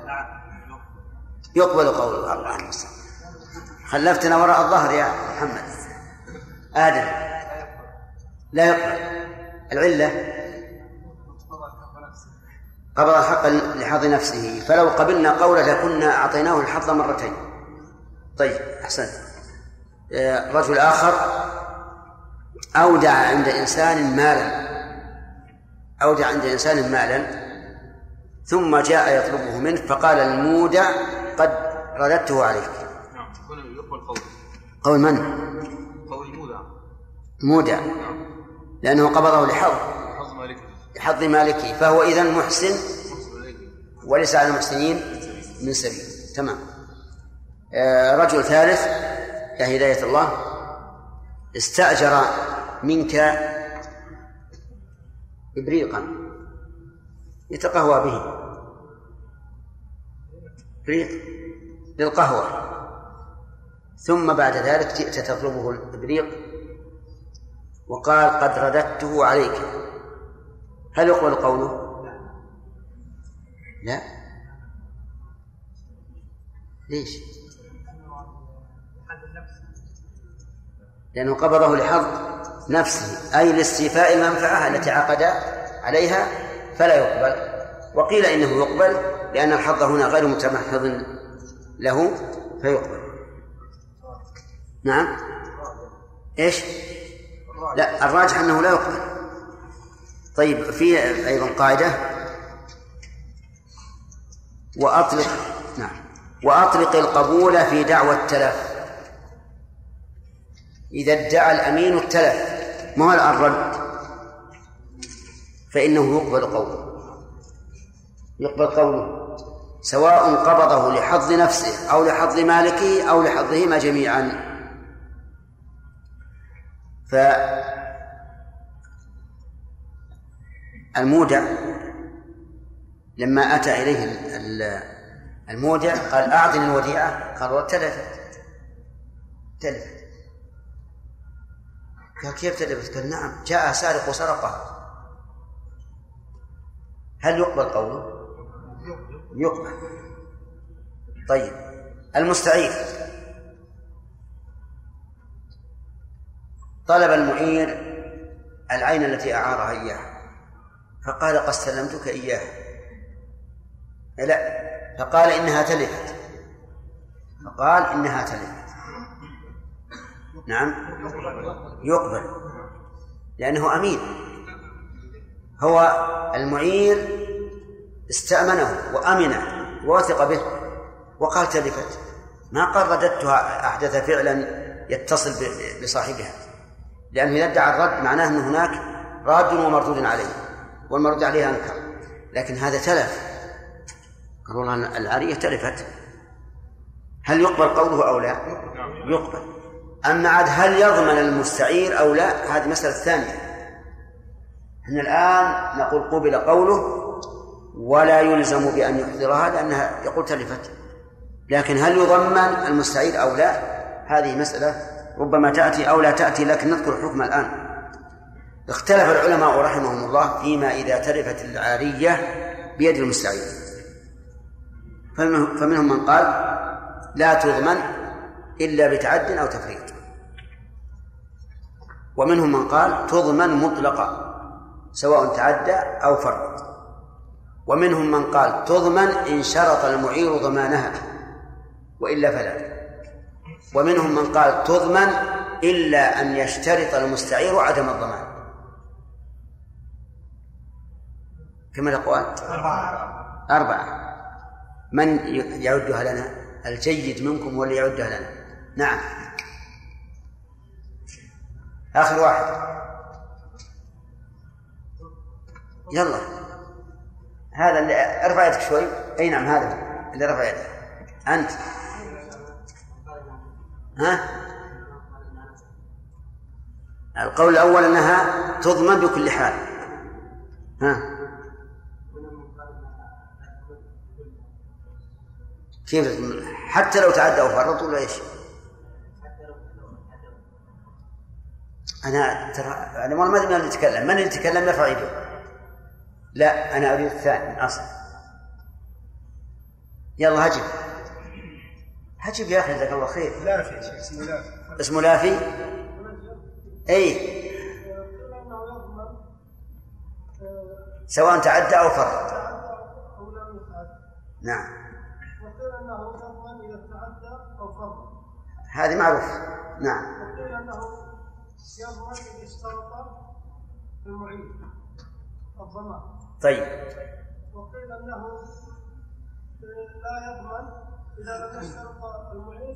Speaker 1: يقبل قوله. الله المستعان، خلفتنا وراء الظهر يا محمد. آدم لا يقبل. العلة قبض الحق لحظ نفسه، فلو قبلنا قوله لكنا أعطيناه الحظ مرتين. طيب أحسنت. رجل آخر أودع عند إنسان مالا أودع عند إنسان مالا ثم جاء يطلبه منه فقال المودع قد رددته عليك.
Speaker 12: نعم. يقبل قول
Speaker 1: قول من؟
Speaker 12: قول المودع.
Speaker 1: مودع. لأنه قبضه لحظ لحظ مالكي، فهو إذن محسن وليس على المحسنين من سبيل. تمام. آه رجل ثالث يا هداية الله استأجر منك إبريقا يتقهوى به، إبريق للقهوة، ثم بعد ذلك جئت تطلبه الإبريق وقال قد رددته عليك، هل يقبل قوله؟ لا. ليش؟ لأنه قبضه لحظ نفسه أي لاستيفاء المنفعة التي عقد عليها فلا يقبل. وقيل إنه يقبل لأن الحظ هنا غير متمحض له فيقبل. نعم. إيش؟ لا الراجح أنه لا يقبل. طيب في أيضا قاعدة وأطلق نعم وأطلق القبول في دعوى التلف. إذا ادعى الأمين التلف ما هو الرد فإنه يقبل قوله يقبل قوله سواء قبضه لحظ نفسه أو لحظ مالكه أو لحظهما جميعا. فالمودع لما أتى إليه المودع قال أعطني الوديعة، قال تلفت تلفت قال كيف تلفت؟ قال نعم جاء سارق وسرقها. هل يقبل قوله؟ يقبل. طيب المستعير طلب المعير العين التي أعارها إياها فقال قد سلمتك إياها، لا فقال إنها تلفت، فقال إنها تلفت، نعم يقبل لأنه أمين. هو المعير استأمنه وأمنه ووثق به وقال تلفت، ما قال رددتها أحدث فعلا يتصل بصاحبها، لأنه إذا ادعى الرد معناه أن هناك راد ومردود عليه والمرد عليه أنكر، لكن هذا تلف قال والله العارية تلفت. هل يقبل قوله أو لا؟ يقبل. أما عاد هل يضمن المستعير أو لا هذه مسألة ثانية. احنا الآن نقول قبل قوله ولا يلزم بأن يحضرها لأنها يقول تلفت، لكن هل يضمن المستعير أو لا هذه مسألة ربما تأتي أو لا تأتي، لكن نذكر الحكم الآن. اختلف العلماء رحمهم الله فيما إذا تلفت العارية بيد المستعير، فمنهم من قال لا تضمن إلا بتعد أو تفريط، ومنهم من قال تضمن مطلقا سواء تعدى أو فرط، ومنهم من قال تضمن إن شرط المعير ضمانها وإلا فلا، ومنهم من قال تضمن إلا أن يشترط المستعير عدم الضمان. كم الأقوال؟ أربعة. أربعة. من يعدها لنا؟ الجيد منكم واللي يعدها لنا. نعم آخر واحد يلا هذا اللي ارفع يدك شوي. أي نعم هذا اللي رفع يدك أنت. ها القول الأول أنها تضمن بكل حال. ها كيف حتى لو تعدى أو فرط ولا إيش؟ أنا ترى أنا ما أدري من يتكلم، من يتكلم يرفع يده. لا أنا أريد الثاني من أصل. يلا هجب هجب يا أخي جزاك الله خير.
Speaker 5: لافي اسمه لافي.
Speaker 1: اسمه لافي. أي سواء تعدى أو فرط. نعم هذه معروف. نعم
Speaker 13: وقيل أنه يضمن إذا اشترط المعيد الضمان.
Speaker 1: طيب
Speaker 13: وقيل أنه لا يضمن إذا لم يشترط المعيد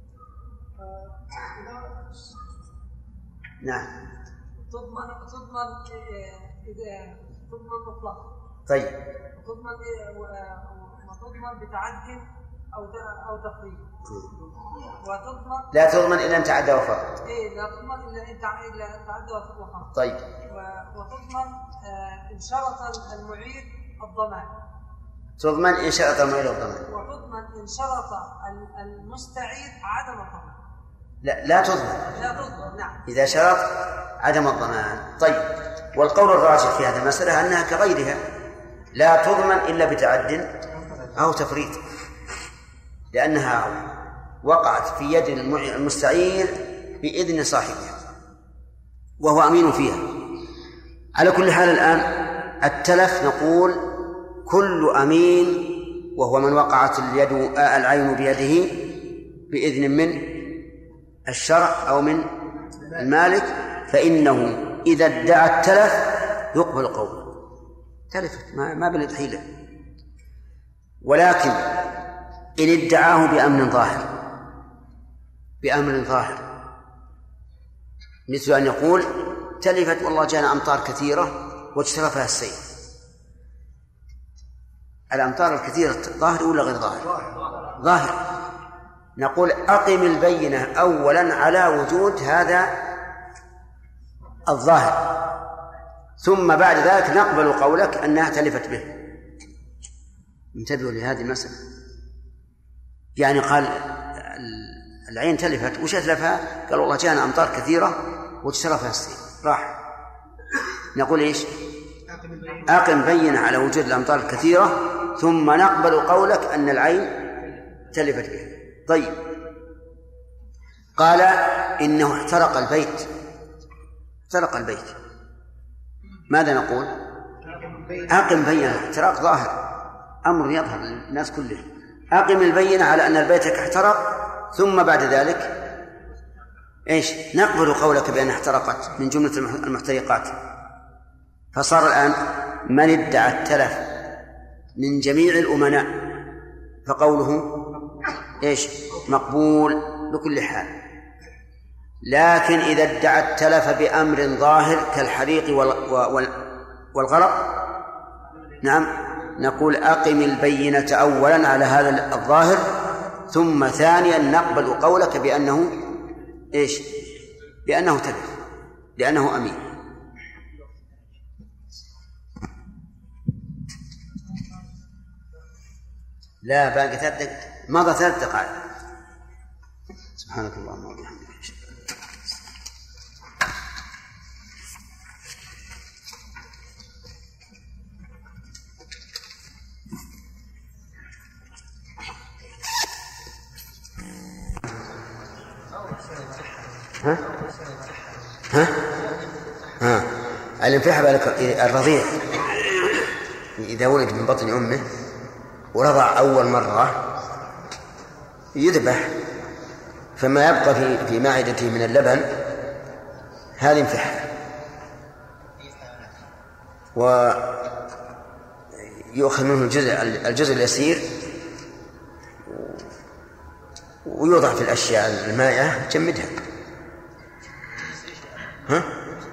Speaker 13: إذا
Speaker 1: نعم
Speaker 13: تضمن تضمن إذا تضمن مطلق.
Speaker 1: طيب
Speaker 13: تضمن وتضمن بتعد أو أو تفريط. وتضمن
Speaker 1: لا تضمن إلا أن تعدى وفرط.
Speaker 13: إيه لا تضمن إلا أن تعدى وفرط.
Speaker 1: طيب
Speaker 13: وتضمن إن شرط المعيد الضمان.
Speaker 1: تضمن إن شرط المعيد الضمان.
Speaker 13: وتضمن إن شرط المستعير عدم الضمان.
Speaker 1: لا لا تضمن.
Speaker 13: لا تضمن نعم.
Speaker 1: إذا شرط عدم الضمان. طيب والقول الراجح في هذه المسألة أنها كغيرها لا تضمن إلا بتعد أو تفريط، لأنها وقعت في يد المستعير بإذن صاحبها وهو أمين فيها. على كل حال الآن التلف نقول كل أمين وهو من وقعت اليد العين بيده بإذن من الشرع أو من المالك، فإنه إذا ادعى التلف يقبل قوله تلفت ما, ما بلد حيلة. ولكن إن ادعاه بأمر ظاهر بأمر ظاهر مثل أن يقول تلفت والله جاءنا أمطار كثيرة واجترفها السيل. الأمطار الكثيرة ظاهر ولا غير ظاهر؟ ظاهر. نقول أقم البينة أولا على وجود هذا الظاهر، ثم بعد ذلك نقبل قولك أنها تلفت به. انتبهوا لهذه المسألة. يعني قال العين تلفت، وش أتلفها؟ قال والله جاءنا أمطار كثيرة وتشرفها السيل راح. نقول إيش؟ أقم بينة على وجود الأمطار الكثيرة ثم نقبل قولك أن العين تلفت بها. طيب، قال إنه احترق البيت، احترق البيت، ماذا نقول؟ أقم بينة، احتراق ظاهر، أمر يظهر للناس كلهم. أقم البينة على أن البيت احترق، ثم بعد ذلك إيش؟ نقبل قولك بأن احترقت من جملة المحترقات. فصار الآن من ادعى التلف من جميع الأمناء فقوله إيش؟ مقبول بكل حال. لكن إذا ادعى التلف بأمر ظاهر كالحريق والغرق، نعم، نقول أقم البينة أولا على هذا الظاهر، ثم ثانيا نقبل قولك بأنه إيش؟ بأنه تلف، لأنه أمين. لا باقي ثلاث دقائق، مضى ثلاث دقائق. سبحانك اللهم وبحمدك. ها؟ ها؟ ها؟ الانفحة بالك الرضيع إذا ولد من بطن أمه ورضع أول مرة يذبح، فما يبقى في في معدته من اللبن هذه انفحة، ويؤخذ منه الجزء الجزء اليسير ويوضع في الأشياء المائعة جمدها. ها؟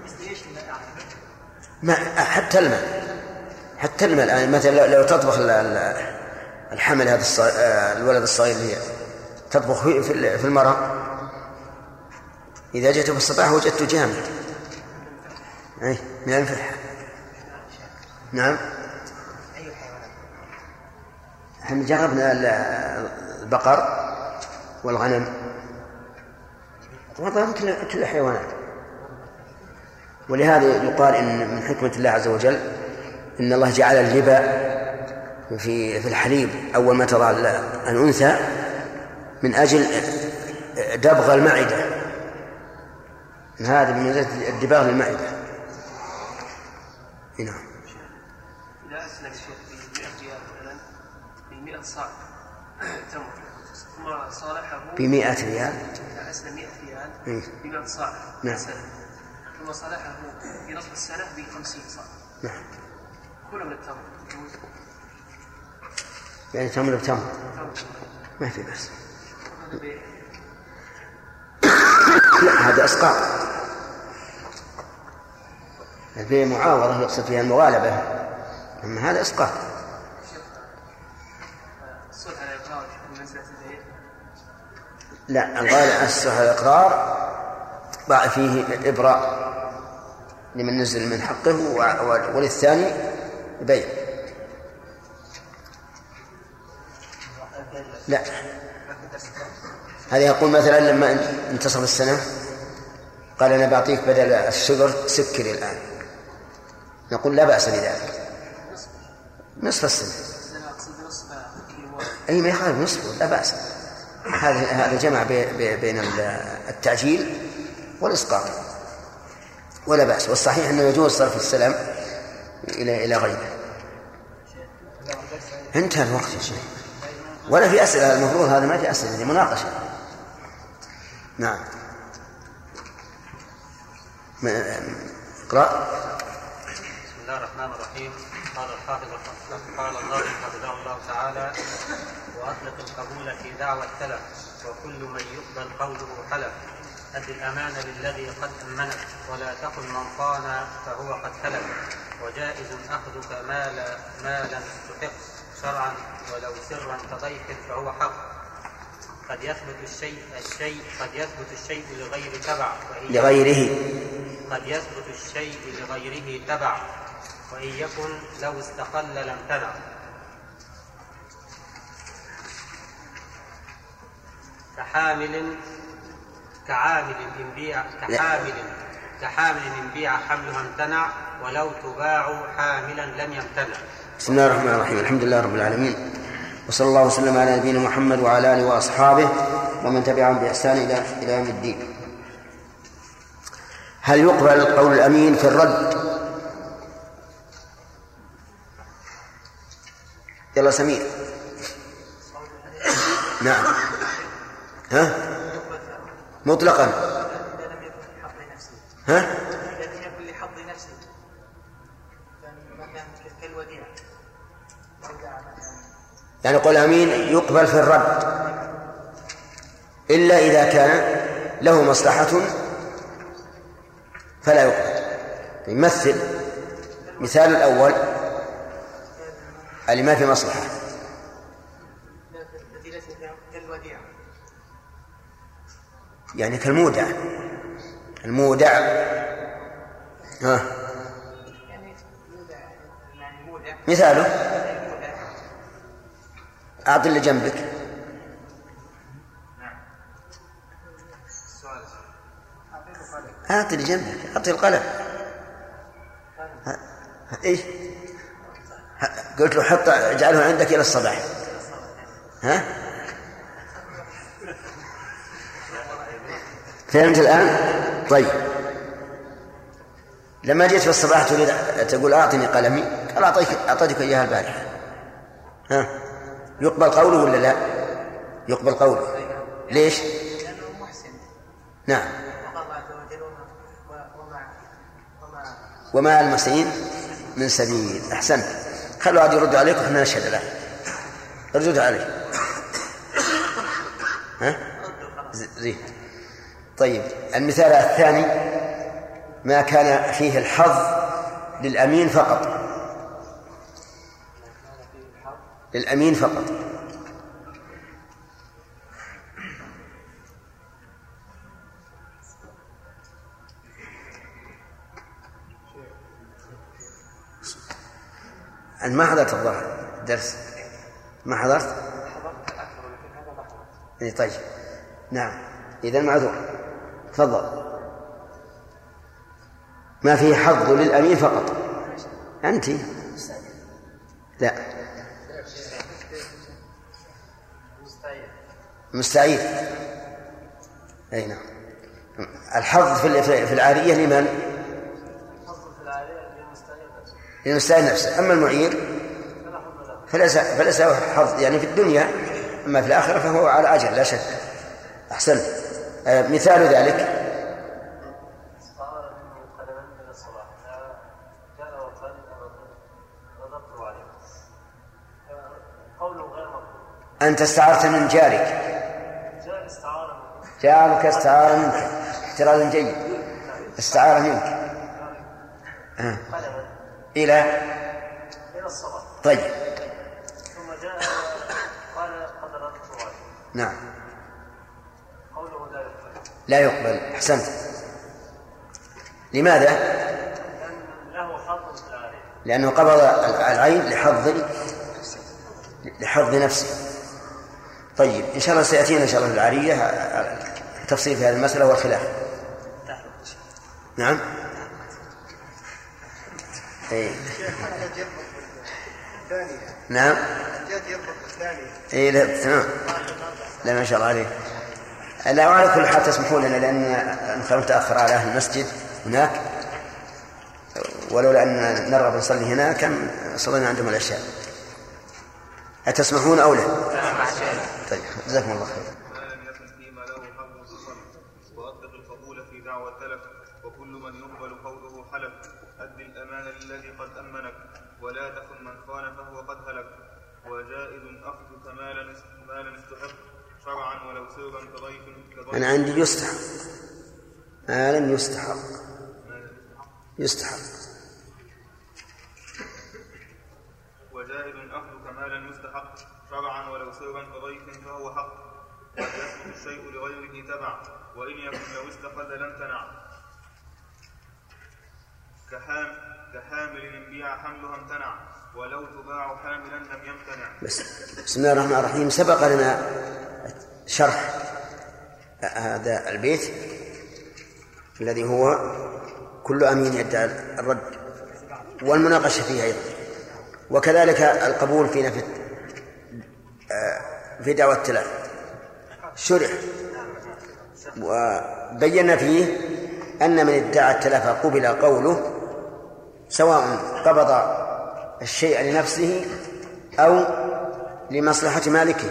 Speaker 1: ما حتى الماء، حتى الماء الآن مثلا لو تطبخ الحمل هذا الولد الصغير اللي تطبخ في المرأة، إذا جئت بالصباح وجدته جامد أي من الفحة. نعم، احنا جربنا البقر والغنم وضعهم كل الحيوانات. ولهذا يقال إن من حكمة الله عز وجل إن الله جعل اللبا في في الحليب أول ما تضع الأنثى من أجل دبغ المعدة، هذا من الدباغ للمعدة. نعم.
Speaker 6: إذا أسلم بمئة ريال مثلا بمئة صاع تمر ثم صالحه
Speaker 1: بمئة ريال،
Speaker 6: إذا أسلم مئة ريال بمئة صاع مثلا ثم صالحه في نصف السنة بخمسين صاع،
Speaker 1: نعم،
Speaker 6: كله من التمر،
Speaker 1: يعني تمر بتمر ما في بس. لا، هذا إسقاط، البيع معاوضة يقصد فيها المغالبة، أما هذا إسقاط. لا، الغالب الصح الإقرار ضع فيه إبراء لمن نزل من حقه وللثاني بيع. لا، هذا يقول مثلا لما انتصف السنة قال أنا بعطيك بدل الشجر سكري الآن، نقول لا بأس بذلك، نصف السنة أي ما يخالف نصفه، لا بأس. هذا هذا جمع بين التعجيل والإسقاط ولا بأس. والصحيح أنه يجوز صرف السلام إلى إلى غيره. انتهى الوقت يا شيخ، ولا في أسئلة، المفروض هذا ما في أسئلة، هذه مناقشة. نعم، اقرأ.
Speaker 14: بسم الله الرحمن الرحيم. قال الحافظ قال الله حفظه الله تعالى: وأطلق القبول في دعوى التلف، وكل من يقبل قوله حلف. أد الأمان للذي قد أمنك، ولا تقل من طان فهو قد تلف. وجائز أخذك مال مالا تحق شرعا ولو سرا كضيف فهو حق. قد يثبت الشيء الشيء قد يثبت الشيء لغير تبع
Speaker 1: لغيره
Speaker 14: قد يثبت الشيء لغيره تبع، وإن يكن لو استقل لم تنع. كحامل كعامل إن بيع كحامل كحامل إن بيع حملها امتنع ولو تباع حاملا لم يمتنع.
Speaker 1: بسم الله الرحمن الرحيم. الحمد لله رب العالمين، وصلى الله وسلم على نبينا محمد وعلى آله وأصحابه ومن تبعهم بإحسان إلى إلى يوم الدين. هل يقبل قول الأمين في الرد؟ يلا سمير. نعم. ها؟ مطلقا. ها؟ يعني قول أمين يقبل في الرد إلا إذا كان له مصلحة فلا يقبل. يمثل مثال الأول اللي ما في مصلحة، يعني كالمودع. المودع ها مثاله أعطي اللي جنبك. أعطي اللي جنبك، أعطي القلم. إيش قلت له حط اجعله عندك إلى الصباح. ها فهمت الآن؟ طيب لما جيت في الصباح تريد تقول أعطني قلمي، قال أعطيك أعطيتك إياها البارحة. ها يقبل قوله ولا لا؟ يقبل قوله. ليش؟ نعم. وما المحسنين من سبيل. أحسنت. خلوا عاد يرد عليكم احنا نشهد الآن. ردوا عليه. ها زين. طيب المثال الثاني ما كان فيه الحظ للأمين فقط. للأمين فقط. أنا ما حضرت الظهر الدرس. ما حضرت؟ إيه طيب نعم. إذن معذور. تفضل. ما فيه حظ للأمين فقط. أنت لا مستعيد. أي نعم. الحظ في العارية لمن؟ للمستعيد نفسه. أما المعير فليس فليس حظ يعني في الدنيا، أما في الآخرة فهو على أجر لا شك. أحسنت. آه مثال ذلك أنت استعرت من جارك، جارك استعار منك احتراز جيد، استعار منك آه. إلى
Speaker 6: إلى الصلاة.
Speaker 1: طيب
Speaker 6: ثم جاء قال قد رددت عليه.
Speaker 1: نعم.
Speaker 6: قوله لا يقبل.
Speaker 1: لا يقبل. أحسنت. لماذا؟
Speaker 6: لأن له حظ في العين.
Speaker 1: لأنه قبض العين لحظ لحظ نفسه. طيب إن شاء الله سيأتينا إن شاء الله في العارية التفصيل في هذه المسألة والخلاف. نعم. إيه. نعم. إيه لا تمام. لا ما شاء الله عليه. لا وعلى كل حال تسمحوا لنا لأن نخرج تأخر على أهل المسجد هناك، ولولا أن نرغب نصلي هنا كان صلينا عندهم العشاء. أتسمحون أو لا؟ طيب جزاكم الله خير.
Speaker 12: ما لم يكن فيما له حظ تصرف وأطلق القبول في دعوى التلف وكل من يقبل قوله حلف أد الأمان الذي قد أمنك ولا تخن من خان فهو قد هلك وجائز أخذ مالا مالا استحق شرعا ولو سرا كضيف كضيف.
Speaker 1: أنا عندي يستحق مالا يستحق يستحق
Speaker 12: وجائز أخذ كمالا مستحق شرعا ولو سرا كضيف فهو حق قد يسقط الشيء لغيره تبع وإن يكن لو استقل لم تنع كحام كحامل إن بيع حملها امتنع ولو تباع حاملا لم يمتنع.
Speaker 1: بس بسم الله الرحمن الرحيم. سبق لنا شرح هذا البيت الذي هو كل أمين يدعي الرد والمناقشة فيه أيضا. وكذلك القبول في نفي في دعوة التلاف شرح، وبينا فيه أن من ادعى التلاف قبل قوله سواء قبض الشيء لنفسه أو لمصلحة مالكه،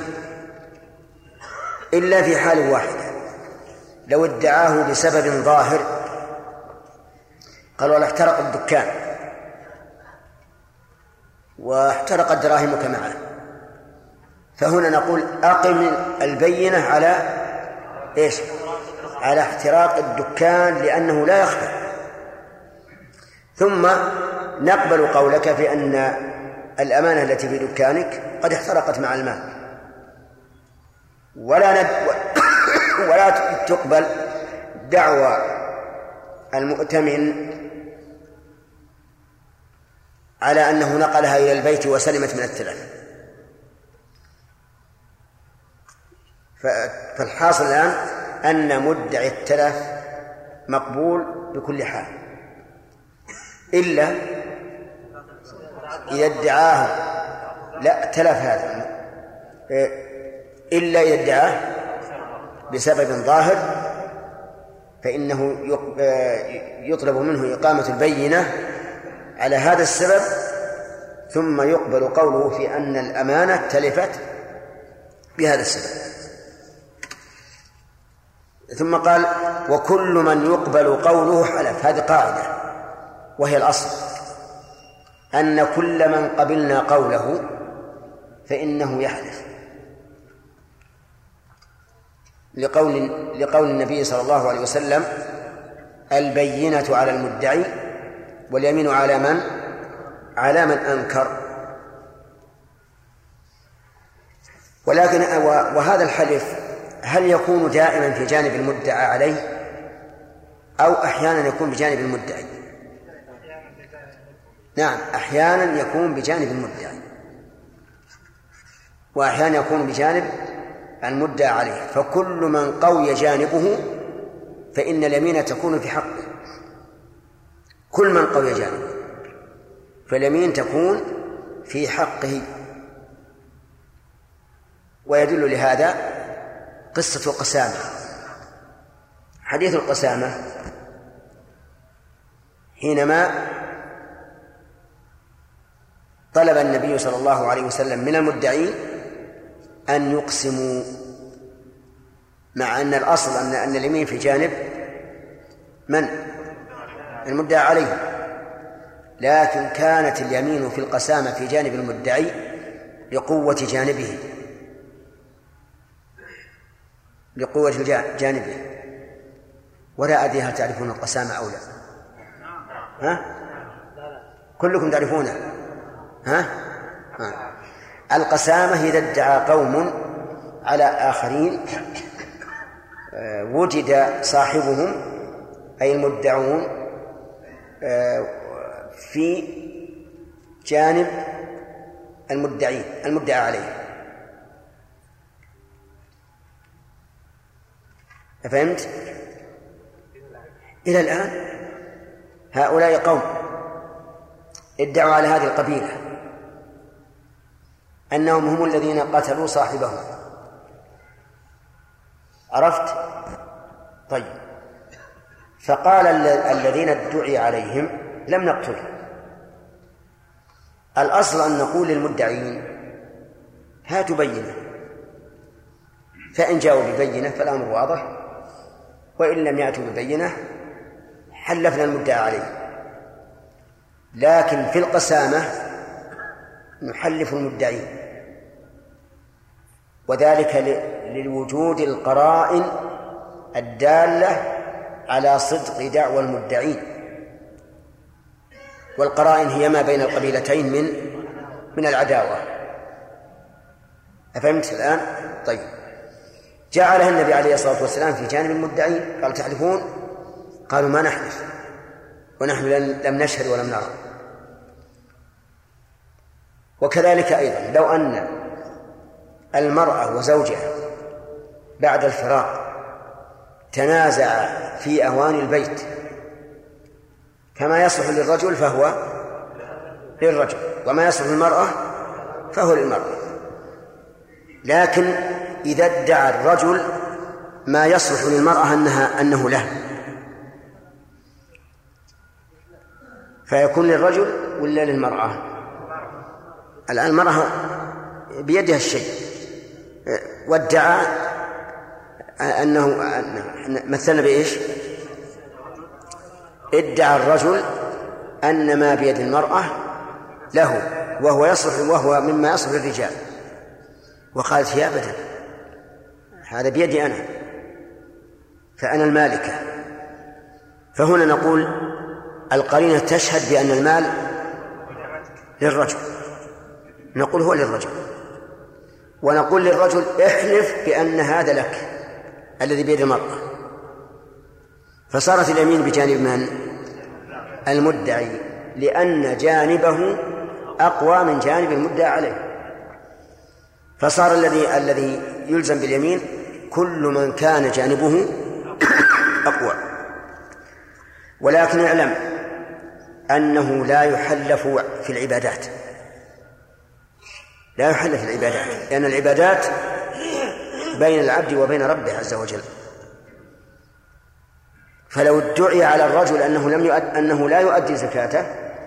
Speaker 1: إلا في حال واحدة، لو ادعاه بسبب ظاهر، قال ولا احترق الدكان واحترقت دراهمك معه، فهنا نقول أقم البينة على إيش؟ على احتراق الدكان لأنه لا يخفى، ثم نقبل قولك في أن الأمانة التي في دكانك قد احترقت مع المال، ولا ند... ولا تقبل دعوى المؤتمن على أنه نقلها إلى البيت وسلمت من التلف. فالحاصل الآن أن مدعي التلف مقبول بكل حال، إلا إذا ادعاه لا تلف هذا، إلا إذا ادعاه بسبب ظاهر فإنه يطلب منه إقامة البينة على هذا السبب، ثم يقبل قوله في أن الأمانة تلفت بهذا السبب. ثم قال وكل من يقبل قوله حلف. هذه قاعدة وهي الأصل، أن كل من قبلنا قوله فإنه يحلف، لقول, لقول النبي صلى الله عليه وسلم البينة على المدعي واليمين على من؟ على من أنكر. ولكن وهذا الحلف هل يكون دائما في جانب المدعى عليه أو أحيانا يكون بجانب المدعي؟ نعم، أحيانا يكون بجانب المدعي وأحيانا يكون بجانب المدعى عليه، فكل من قوي جانبه فإن اليمين تكون في حقه، كل من قوي جانبه فاليمين تكون في حقه. ويدل لهذا قصة القسامة. حديث القسامة حينما طلب النبي صلى الله عليه وسلم من المدعين أن يقسموا، مع أن الأصل أن أن اليمين في جانب من؟ المدعى عليه، لكن كانت اليمين في القسامة في جانب المدعي لقوة جانبه لقوة جانبه ولا أدري هل تعرفون القسامة أو لا؟ ها؟ كلكم تعرفونه؟ ها؟ ها؟ القسامة إذا ادعى قوم على آخرين وجد صاحبهم أي المدعون في جانب المدعين المدعى عليه. فهمت؟ إلى الآن هؤلاء قوم ادعوا على هذه القبيلة أنهم هم الذين قتلوا صاحبهم، عرفت؟ طيب، فقال الذين ادعي عليهم لم نقتله. الأصل أن نقول للمدعين هاتوا بينة، فإن جاءوا ببينة فالأمر واضح، وإن لم يأتوا ببينة حلفنا المدعى عليه. لكن في القسامة نحلف المدعين، وذلك للوجود القرائن الدالة على صدق دعوى المدعين، والقرائن هي ما بين القبيلتين من من العداوة. أفهمت الآن؟ طيب، جعلها النبي عليه الصلاة والسلام في جانب المدعين، قال تحلفون؟ قالوا ما نحلف ونحن لم نشهد ولم نرى. وكذلك أيضا لو أن المرأة وزوجها بعد الفراق تنازع في أواني البيت كما يصلح للرجل فهو للرجل، وما يصلح للمرأة فهو للمرأة. لكن إذا ادعى الرجل ما يصلح للمرأة أنها أنه له، فيكون للرجل ولا للمرأة؟ الآن المرأة بيدها الشيء، وادعى أنه مثلنا بإيش؟ ادعى الرجل أن ما بيد المرأة له وهو يصلح وهو مما يصلح للرجال، وقالت يا أبدا هذا بيدي أنا فأنا المالكة. فهنا نقول القرينة تشهد بأن المال للرجل، نقول هو للرجل، ونقول للرجل احلف بأن هذا لك الذي بيد المرأة، فصارت اليمين بجانب من؟ المدعي، لأن جانبه أقوى من جانب المدعى عليه، فصار الذي الذي يلزم باليمين كل من كان جانبه أقوى. ولكن اعلم أنه لا يحلف في العبادات، لا يحلف في العبادات، لأن العبادات بين العبد وبين ربه عز وجل. فلو ادعي على الرجل أنه لم يؤد أنه لا يؤدي زكاته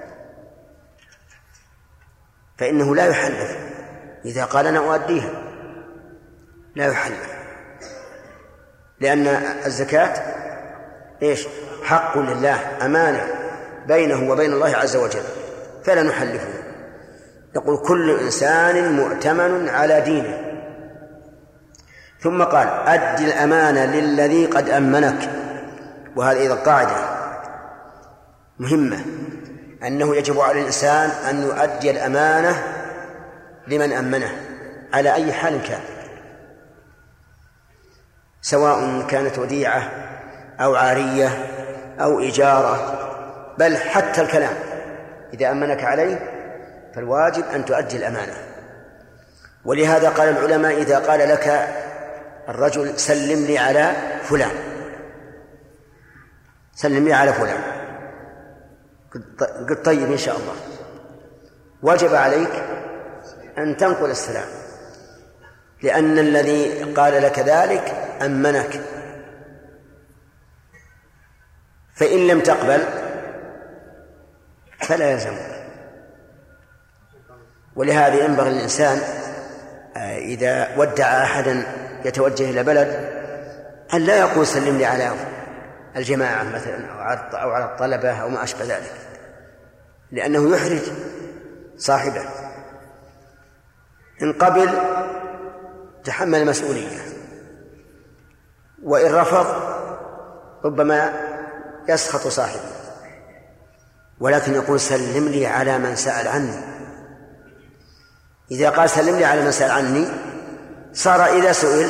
Speaker 1: فإنه لا يحلف، إذا قال أنا أؤديها لا يحلف، لأن الزكاة إيش؟ حق لله، أمانة بينه وبين الله عز وجل، فلا نحلفه. يقول كل إنسان مؤتمن على دينه. ثم قال أد الأمانة للذي قد أمنك، وهذه إذا قاعدة مهمة، أنه يجب على الإنسان أن يؤدي الأمانة لمن أمنه على أي حال كان، سواء كانت وديعة أو عارية أو إجارة، بل حتى الكلام إذا أمنك عليه فالواجب أن تؤدي الأمانة. ولهذا قال العلماء إذا قال لك الرجل سلم لي على فلان، سلم لي على فلان، قلت طيب إن شاء الله، وجب عليك أن تنقل السلام، لأن الذي قال لك ذلك أمنك، فإن لم تقبل فلا يلزمك. ولهذا ينبغي للإنسان إذا ودع أحدا يتوجه إلى بلد أن لا يقول سلم لي على الجماعة مثلا أو على الطلبة أو ما أشبه ذلك، لأنه يحرج صاحبه. إن قبل تحمل المسؤولية، وإن رفض ربما يسخط صاحبه، ولكن يقول سلم لي على من سأل عني. إذا قال سلم لي على من سأل عني صار إذا سئل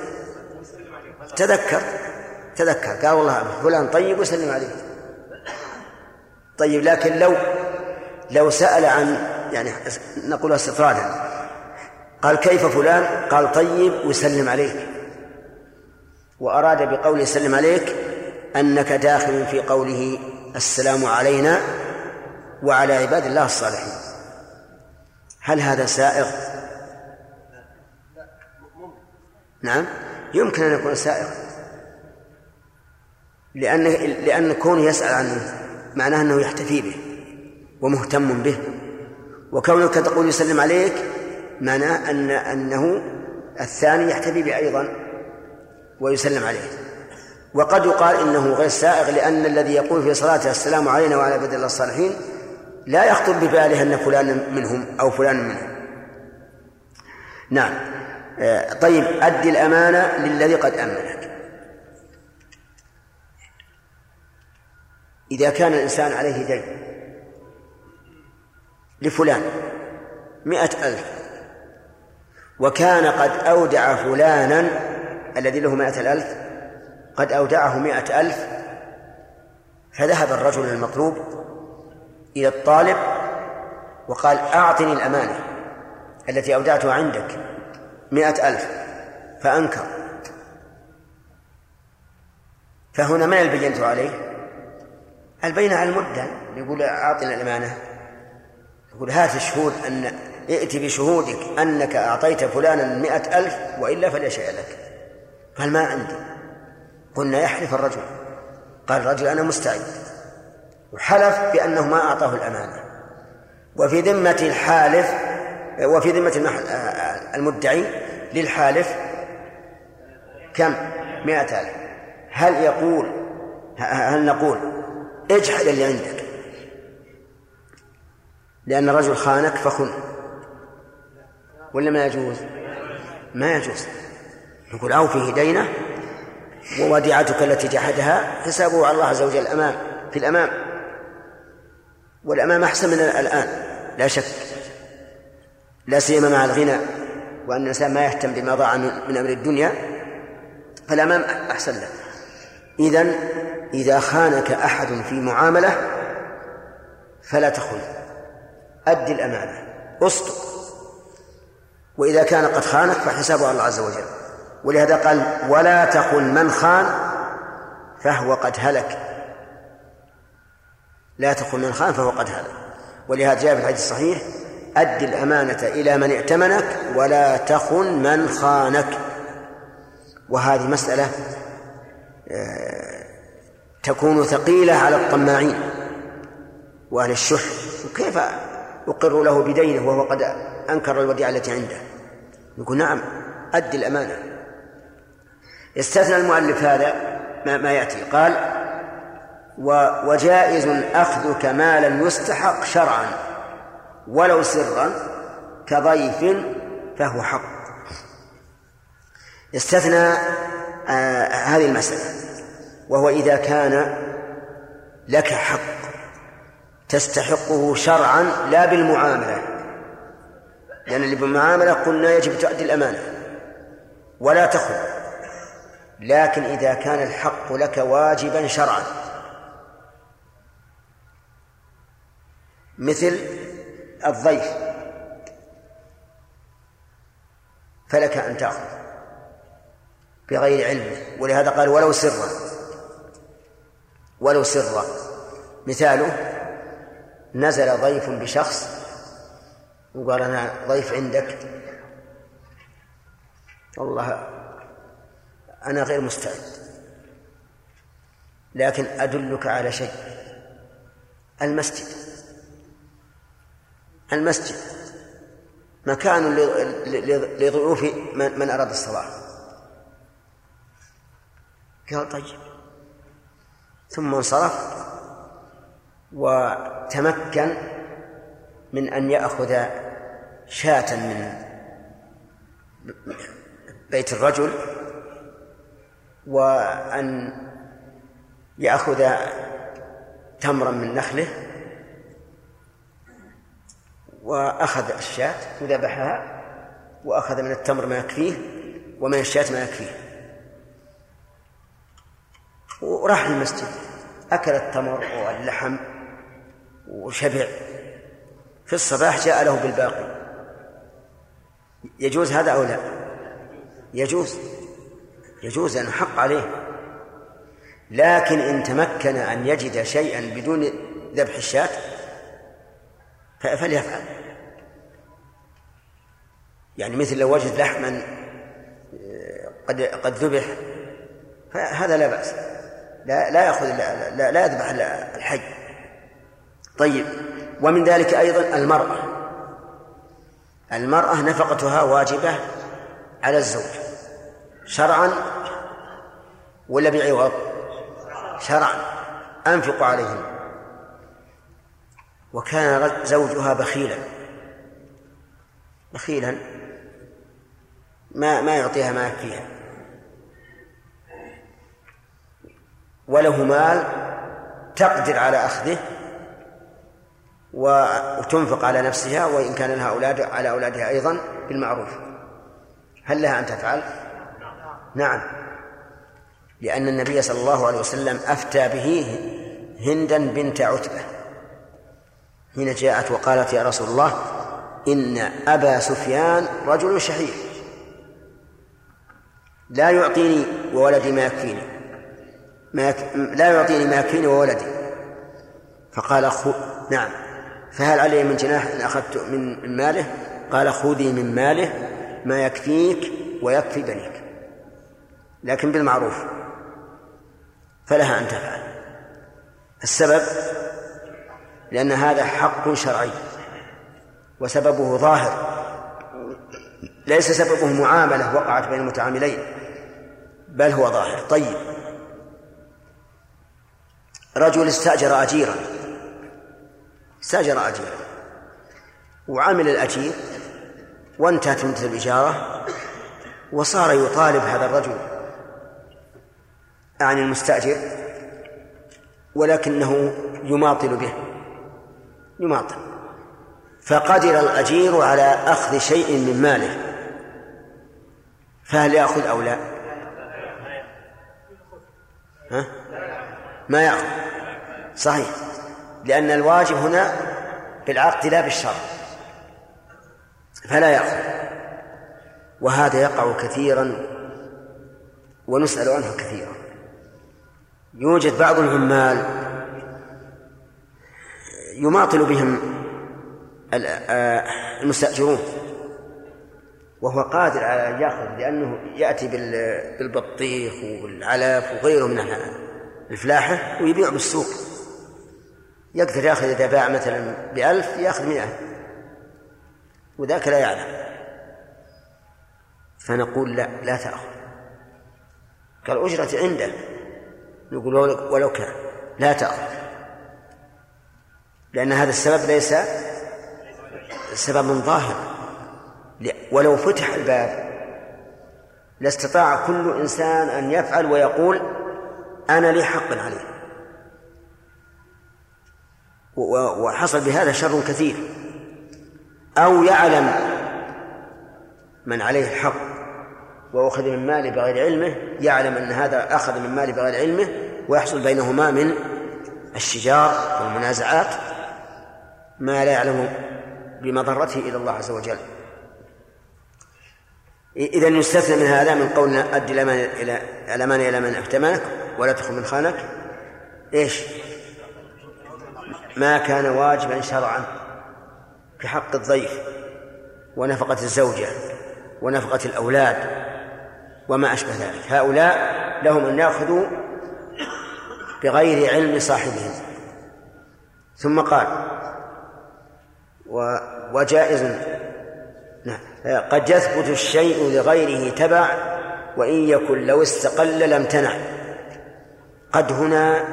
Speaker 1: تذكر تذكر قال والله فلان طيب وسلم عليه. طيب لكن لو لو سأل عن يعني نقول استطرادا قال كيف فلان؟ قال طيب وسلم عليك، وأراد بقوله سلم عليك أنك داخل في قوله السلام علينا وعلى عباد الله الصالحين. هل هذا سائغ؟ نعم يمكن أن يكون سائغ، لأن لأن كونه يسأل عنه معناه أنه يحتفي به ومهتم به، وكونك تقول يسلم عليك معناه أن أنه الثاني يحتفي به أيضا ويسلم عليه. وقد يقال إنه غير سائغ، لأن الذي يقول في صلاته السلام علينا وعلى عباد الله الصالحين لا يخطر بباله أن فلان منهم أو فلان منهم. نعم. طيب أدي الأمانة للذي قد أمنك. إذا كان الإنسان عليه دين لفلان مئة ألف، وكان قد أودع فلانا الذي له مئة الألف قد أودعه مئة ألف، فذهب الرجل المطلوب إلى الطالب وقال أعطني الأمانة التي أودعتها عندك مئة ألف، فأنكر. فهنا ما البينة عليه؟ البينة على المدة. يقول أعطنا الأمانة، يقول هات الشهود، أن ائت بشهودك أنك أعطيت فلانا مئة ألف وإلا فلا شيء لك. قال ما عندي. قلنا يحلف الرجل، قال الرجل أنا مستعد، وحلف بأنه ما أعطاه الأمانة. وفي ذمة الحالف وفي ذمة المدعي للحالف كم؟ مئة ألف. هل يقول هل نقول اجحد اللي عندك لأن الرجل خانك فخن، ولا ما يجوز؟ ما يجوز. نقول أوفه دينه ووديعتك التي جحدها حسابه على الله عز وجل الأمام في الأمام، والأمام أحسن من الآن لا شك، لا سيما مع الغنى وأن الإنسان ما يهتم بما ضاع من أمر الدنيا، فالأمام أحسن له. إذن إذا خانك أحد في معاملة فلا تخن، أدي الأمانة، أصدق. وإذا كان قد خانك فحسابه على الله عز وجل. ولهذا قال ولا تخن من خان فهو قد هلك. لا تخن من خان فهو قد هلك. ولهذا جاء في الحديث الصحيح أدي الأمانة إلى من ائتمنك ولا تخن من خانك. وهذه مسألة تكون ثقيلة على الطماعين وأهل الشح، وكيف يقر له بدينه وهو قد أنكر الوديعة التي عنده؟ يقول نعم أدي الأمانة. استثنى المؤلف هذا ما, ما يأتي، قال وجائز أخذك مالا يستحق شرعا ولو سرا كضيف فهو حق. استثنى آه هذه المسألة، وهو إذا كان لك حق تستحقه شرعا لا بالمعاملة، لأن اللي بالمعاملة قلنا يجب تؤدي الأمانة ولا تخن. لكن إذا كان الحق لك واجبا شرعا مثل الضيف فلك أن تأخذ بغير علمه، ولهذا قال ولو سرا. ولو سرا مثاله نزل ضيف بشخص وقال أنا ضيف عندك، والله أنا غير مستعد لكن أدلك على شيء، المسجد المسجد مكان لضيوف من أراد الصلاة. قال طيب، ثم انصرف وتمكن من أن يأخذ شاة من بيت الرجل وأن يأخذ تمرا من نخله، وأخذ الشاة وذبحها وأخذ من التمر ما يكفيه ومن الشاة ما يكفيه، وراح المسجد أكل التمر واللحم وشبع. في الصباح جاء له بالباقي. يجوز هذا أو لا؟ يجوز يجوز أن حق عليه. لكن إن تمكن أن يجد شيئا بدون ذبح الشاة فليفعل. يعني مثل لو وجد لحما قد قد ذبح فهذا لا بأس، لا لا يأخذ لا, لا, لا يذبح الحي. طيب، ومن ذلك أيضا المرأة المرأة نفقتها واجبة على الزوج شرعا ولا بعوض؟ شرعا، أنفق عليهم. وكان زوجها بخيلا بخيلا ما ما يعطيها ما يكفيها، وله مال تقدر على أخذه وتنفق على نفسها، وإن كان لها أولاد على أولادها أيضا بالمعروف. هل لها أن تفعل؟ نعم، لأن النبي صلى الله عليه وسلم أفتى به هندا بنت عتبة حين جاءت وقالت يا رسول الله إن أبا سفيان رجل شحيح لا يعطيني وولدي ما يكفيني، ما يك... لا يعطيني ما يكفيني وولدي. فقال خو... نعم، فهل علي من جناح إن أخذت من ماله؟ قال خذي من ماله ما يكفيك ويكفي بنيك، لكن بالمعروف، فلها أن تفعل. السبب لأن هذا حق شرعي وسببه ظاهر، ليس سببه معاملة وقعت بين المتعاملين، بل هو ظاهر. طيب، رجل استأجر أجيرا استأجر أجيرا وعمل الأجير وانتهت مدة الإجارة، وصار يطالب هذا الرجل عن المستأجر، ولكنه يماطل به يماطل فقدر الأجير على أخذ شيء من ماله، فهل يأخذ أو لا؟ ها؟ ما يأخذ، صحيح، لأن الواجب هنا بالعقد لا بالشرط، فلا يأخذ. وهذا يقع كثيرا ونسأل عنه كثيرا. يوجد بعض العمال يماطل بهم المستأجرون وهو قادر على أن يأخذ، لأنه يأتي بالبطيخ والعلف وغيره من الفلاحة ويبيع بالسوق، يقدر يأخذ إذا باع مثلا بألف يأخذ مئة، وذاك لا يعلم. فنقول لا لا تأخذ، كالأجرة عنده، نقول ولو كان لا تأخذ، لأن هذا السبب ليس سبب ظاهر. ولو فتح الباب لاستطاع كل إنسان أن يفعل ويقول أنا لي حق عليه، وحصل بهذا شر كثير. أو يعلم من عليه الحق وأخذ من ماله بغير علمه، يعلم أن هذا أخذ من ماله بغير علمه، ويحصل بينهما من الشجار والمنازعات ما لا يعلم بمضرته إلى الله عز وجل. إذن يستثنى من هذا من قولنا أدي الأمانة إلى من ائتمنك ولا تخن من خانك إيش؟ ما كان واجبا شرعا كحق الضيف ونفقة الزوجة ونفقة الأولاد وما أشبه ذلك. هؤلاء لهم أن يأخذوا بغير علم صاحبهم. ثم قال وجائز نعم قد يثبت الشيء لغيره تبع وإن يكن لو استقل لم تنع. قد هنا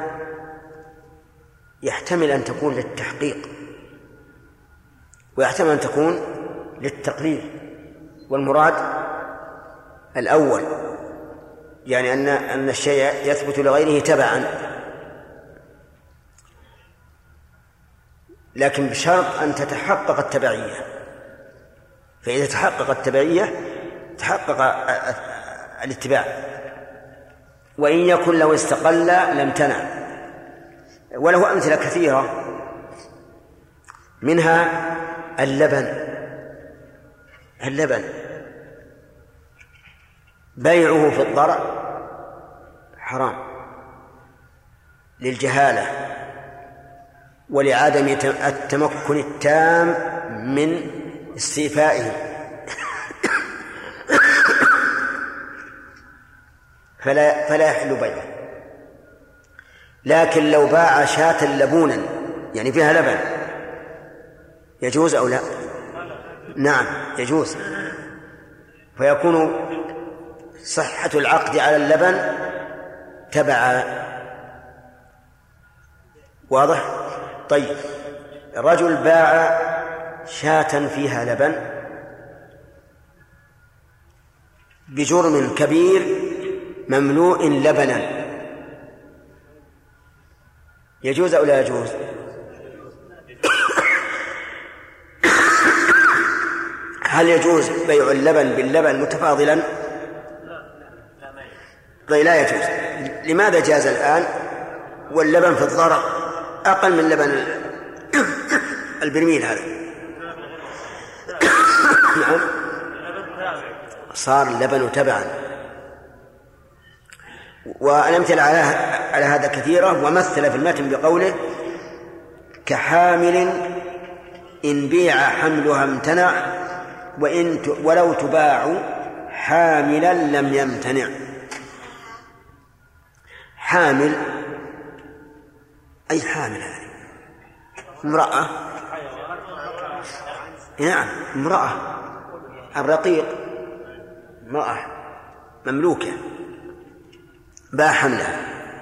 Speaker 1: يحتمل أن تكون للتحقيق ويحتمل أن تكون للتقليل، والمراد الأول، يعني أن أن الشيء يثبت لغيره تبعا، لكن بشرط أن تتحقق التبعية. فإذا تحقق التبعية تحقق الاتباع. وإن يكن لو استقل لم تنع. وله أمثلة كثيرة، منها اللبن. اللبن بيعه في الضرع حرام للجهالة ولعدم التمكن التام من استيفائه، فلا فلا يحل بيعه. لكن لو باع شاة لبونا يعني فيها لبن يجوز أو لا؟ نعم يجوز، فيكون صحة العقد على اللبن تبع. واضح؟ طيب، الرجل باع شاة فيها لبن بجرم كبير مملوء لبنا، يجوز أو لا يجوز؟ هل يجوز بيع اللبن باللبن متفاضلا؟ لا يجوز. لماذا جاز الآن واللبن في الضرع أقل من لبن البرميل هذا؟ نعم، صار اللبن تبعا. والأمثلة على على هذا كثيرة، ومثل في المتن بقوله كحامل إن بيع حملها امتنع وإن ولو تباع حاملا لم يمتنع. حامل أي حامل هذه؟ امرأة، نعم امرأة، الرقيق امرأة مملوكة باع حملها.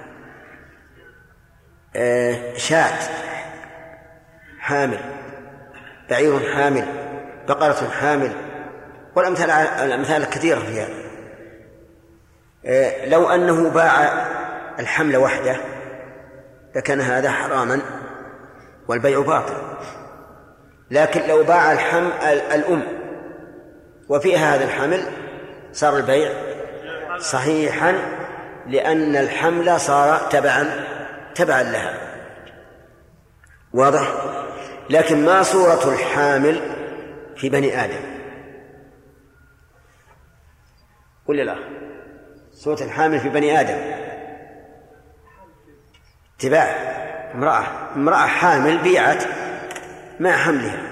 Speaker 1: آه شاة حامل، بعير حامل، بقرة حامل، والأمثال الأمثال كثيرة في هذا. آه لو أنه باع الحمل وحده لكان هذا حراما والبيع باطل، لكن لو باع الحم الأم وفيها هذا الحمل صار البيع صحيحا، لأن الحمل صار تبعا تبعا لها. واضح؟ لكن ما صورة الحامل في بني آدم؟ ولا لا؟ صورة الحامل في بني آدم تباع امرأة امرأة حامل بيعت مع حملها.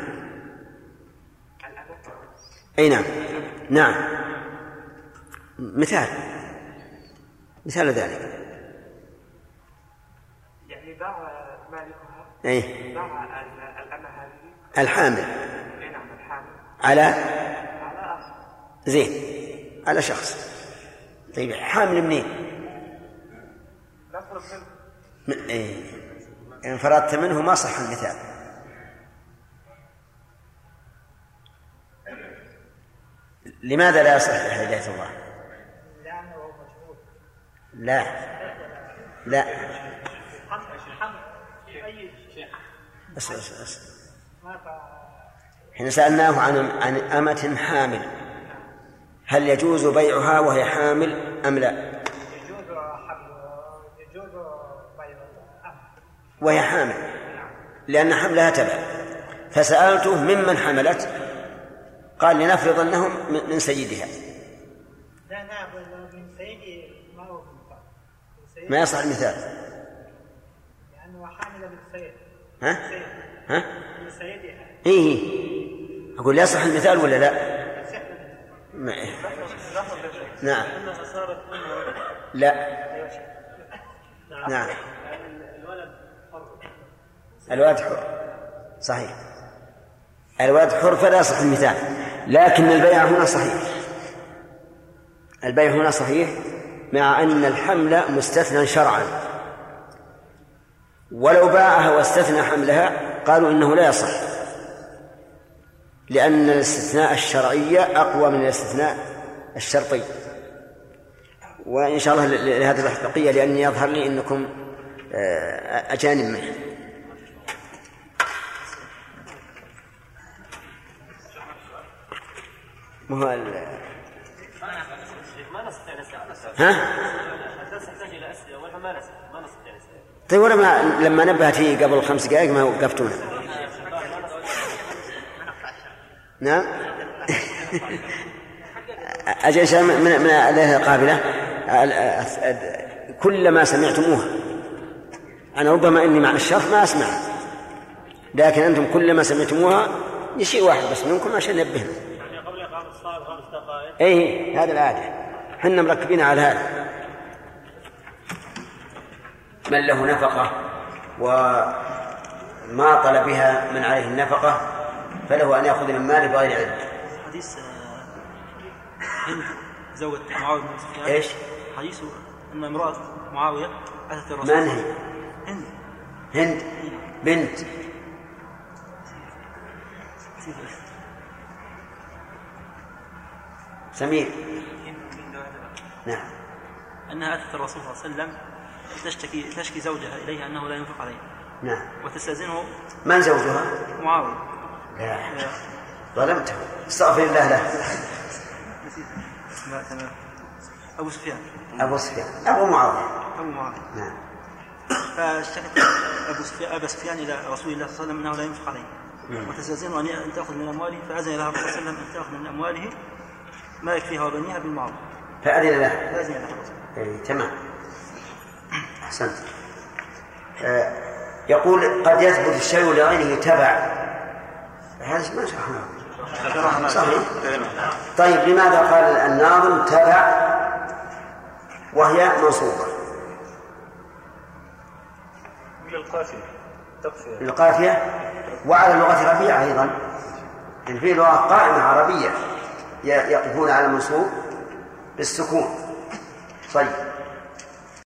Speaker 1: أي نعم نعم مثال مثال ذلك
Speaker 15: يعني باع مالكها
Speaker 1: أي
Speaker 15: باع الأمة هذه
Speaker 1: الحامل
Speaker 15: نعم الحامل
Speaker 1: على
Speaker 15: على آخر
Speaker 1: زين على شخص. طيب حامل منين؟
Speaker 15: نفرض منه
Speaker 1: من... إيه. إن فرضت منه ما صح المثال. لماذا لا يصح هداية الله؟
Speaker 15: لأنه مجهول.
Speaker 1: لا لا بس بس بس حين سألناه عن عن أمة حامل هل يجوز بيعها وهي حامل أم لا؟
Speaker 15: يجوز حمل يجوز بيع الأمة
Speaker 1: وهي حامل لأن حملها تبع. فسألته ممن حملت؟ قال لنفرض أنهم من سيدها.
Speaker 15: لا لا من سيدي ما هو
Speaker 1: ما يصح المثال
Speaker 15: لأنه حامل من سيد.
Speaker 1: ها؟ ها؟
Speaker 15: من سيدها.
Speaker 1: إيه أقول لا يصح المثال ولا لا؟ ما... نعم لا نعم الولد حر صحيح الولد حر فلا يصح المثال، لكن البيع هنا صحيح. البيع هنا صحيح مع أن الحمل مستثنى شرعا، ولو باعها واستثنى حملها قالوا إنه لا يصح، لأن الاستثناء الشرعي أقوى من الاستثناء الشرطي. وإن شاء الله لهذه البقية لأني يظهر لي أنكم أجانب منه. ما هو ال... ها؟ طيب ولا ما لما نبهت فيه قبل خمس دقائق ما وقفتونا؟ نعم أجل شيء من من عليها قابلة كلما سمعتموها. أنا ربما إني مع الشرف ما أسمع، لكن أنتم كلما سمعتموها شيء واحد بس منكم عشان نبهنا.
Speaker 10: يعني قبل إقامة الصلاة خمس دقائق.
Speaker 1: إيه هذا العادة، حنا مركبين على هذا. من له نفقة وما طلب بها من عليه النفقة فله أن يأخذ من ماله بغير علم.
Speaker 16: حديث هند زوجة معاوية بن سفيان.
Speaker 1: إيش؟
Speaker 16: حديث أن امرأة معاوية أتت الرسول.
Speaker 1: من هي؟
Speaker 16: هند.
Speaker 1: هند بنت سمير. نعم.
Speaker 16: أنها أتت الرسول صلى الله عليه وسلم تشتكي تشكي زوجها إليها أنه لا ينفق عليها.
Speaker 1: نعم.
Speaker 16: وتستأذنه.
Speaker 1: من زوجها؟
Speaker 16: معاوية.
Speaker 1: لا ظلمته، استغفر الله له.
Speaker 16: أبو سفيان.
Speaker 1: أبو سفيان أبو معاوية.
Speaker 16: أبو معاوية.
Speaker 1: نعم.
Speaker 16: فاشتكت أبو سفيان أبا سفيان إلى رسول الله صلى الله عليه وسلم أنه لا ينفق عليه. وتستأذنه أن تأخذ من أمواله، فأذن لها الرسول صلى الله عليه وسلم أن تأخذ من أمواله ما يكفيها وبنيها بالمعروف.
Speaker 1: فأذن لها.
Speaker 16: فأذن لها.
Speaker 1: إيه تمام. أحسنت. آه يقول قد يثبت الشيء لغيره تبع، هذا ما شرحناه صحيح. طيب لماذا قال الناظم تبع وهي منصوبة؟ للقافية وعلى اللغة ربيعة أيضا، إن في لغة قائمة عربية يقفون على المنصوب بالسكون. طيب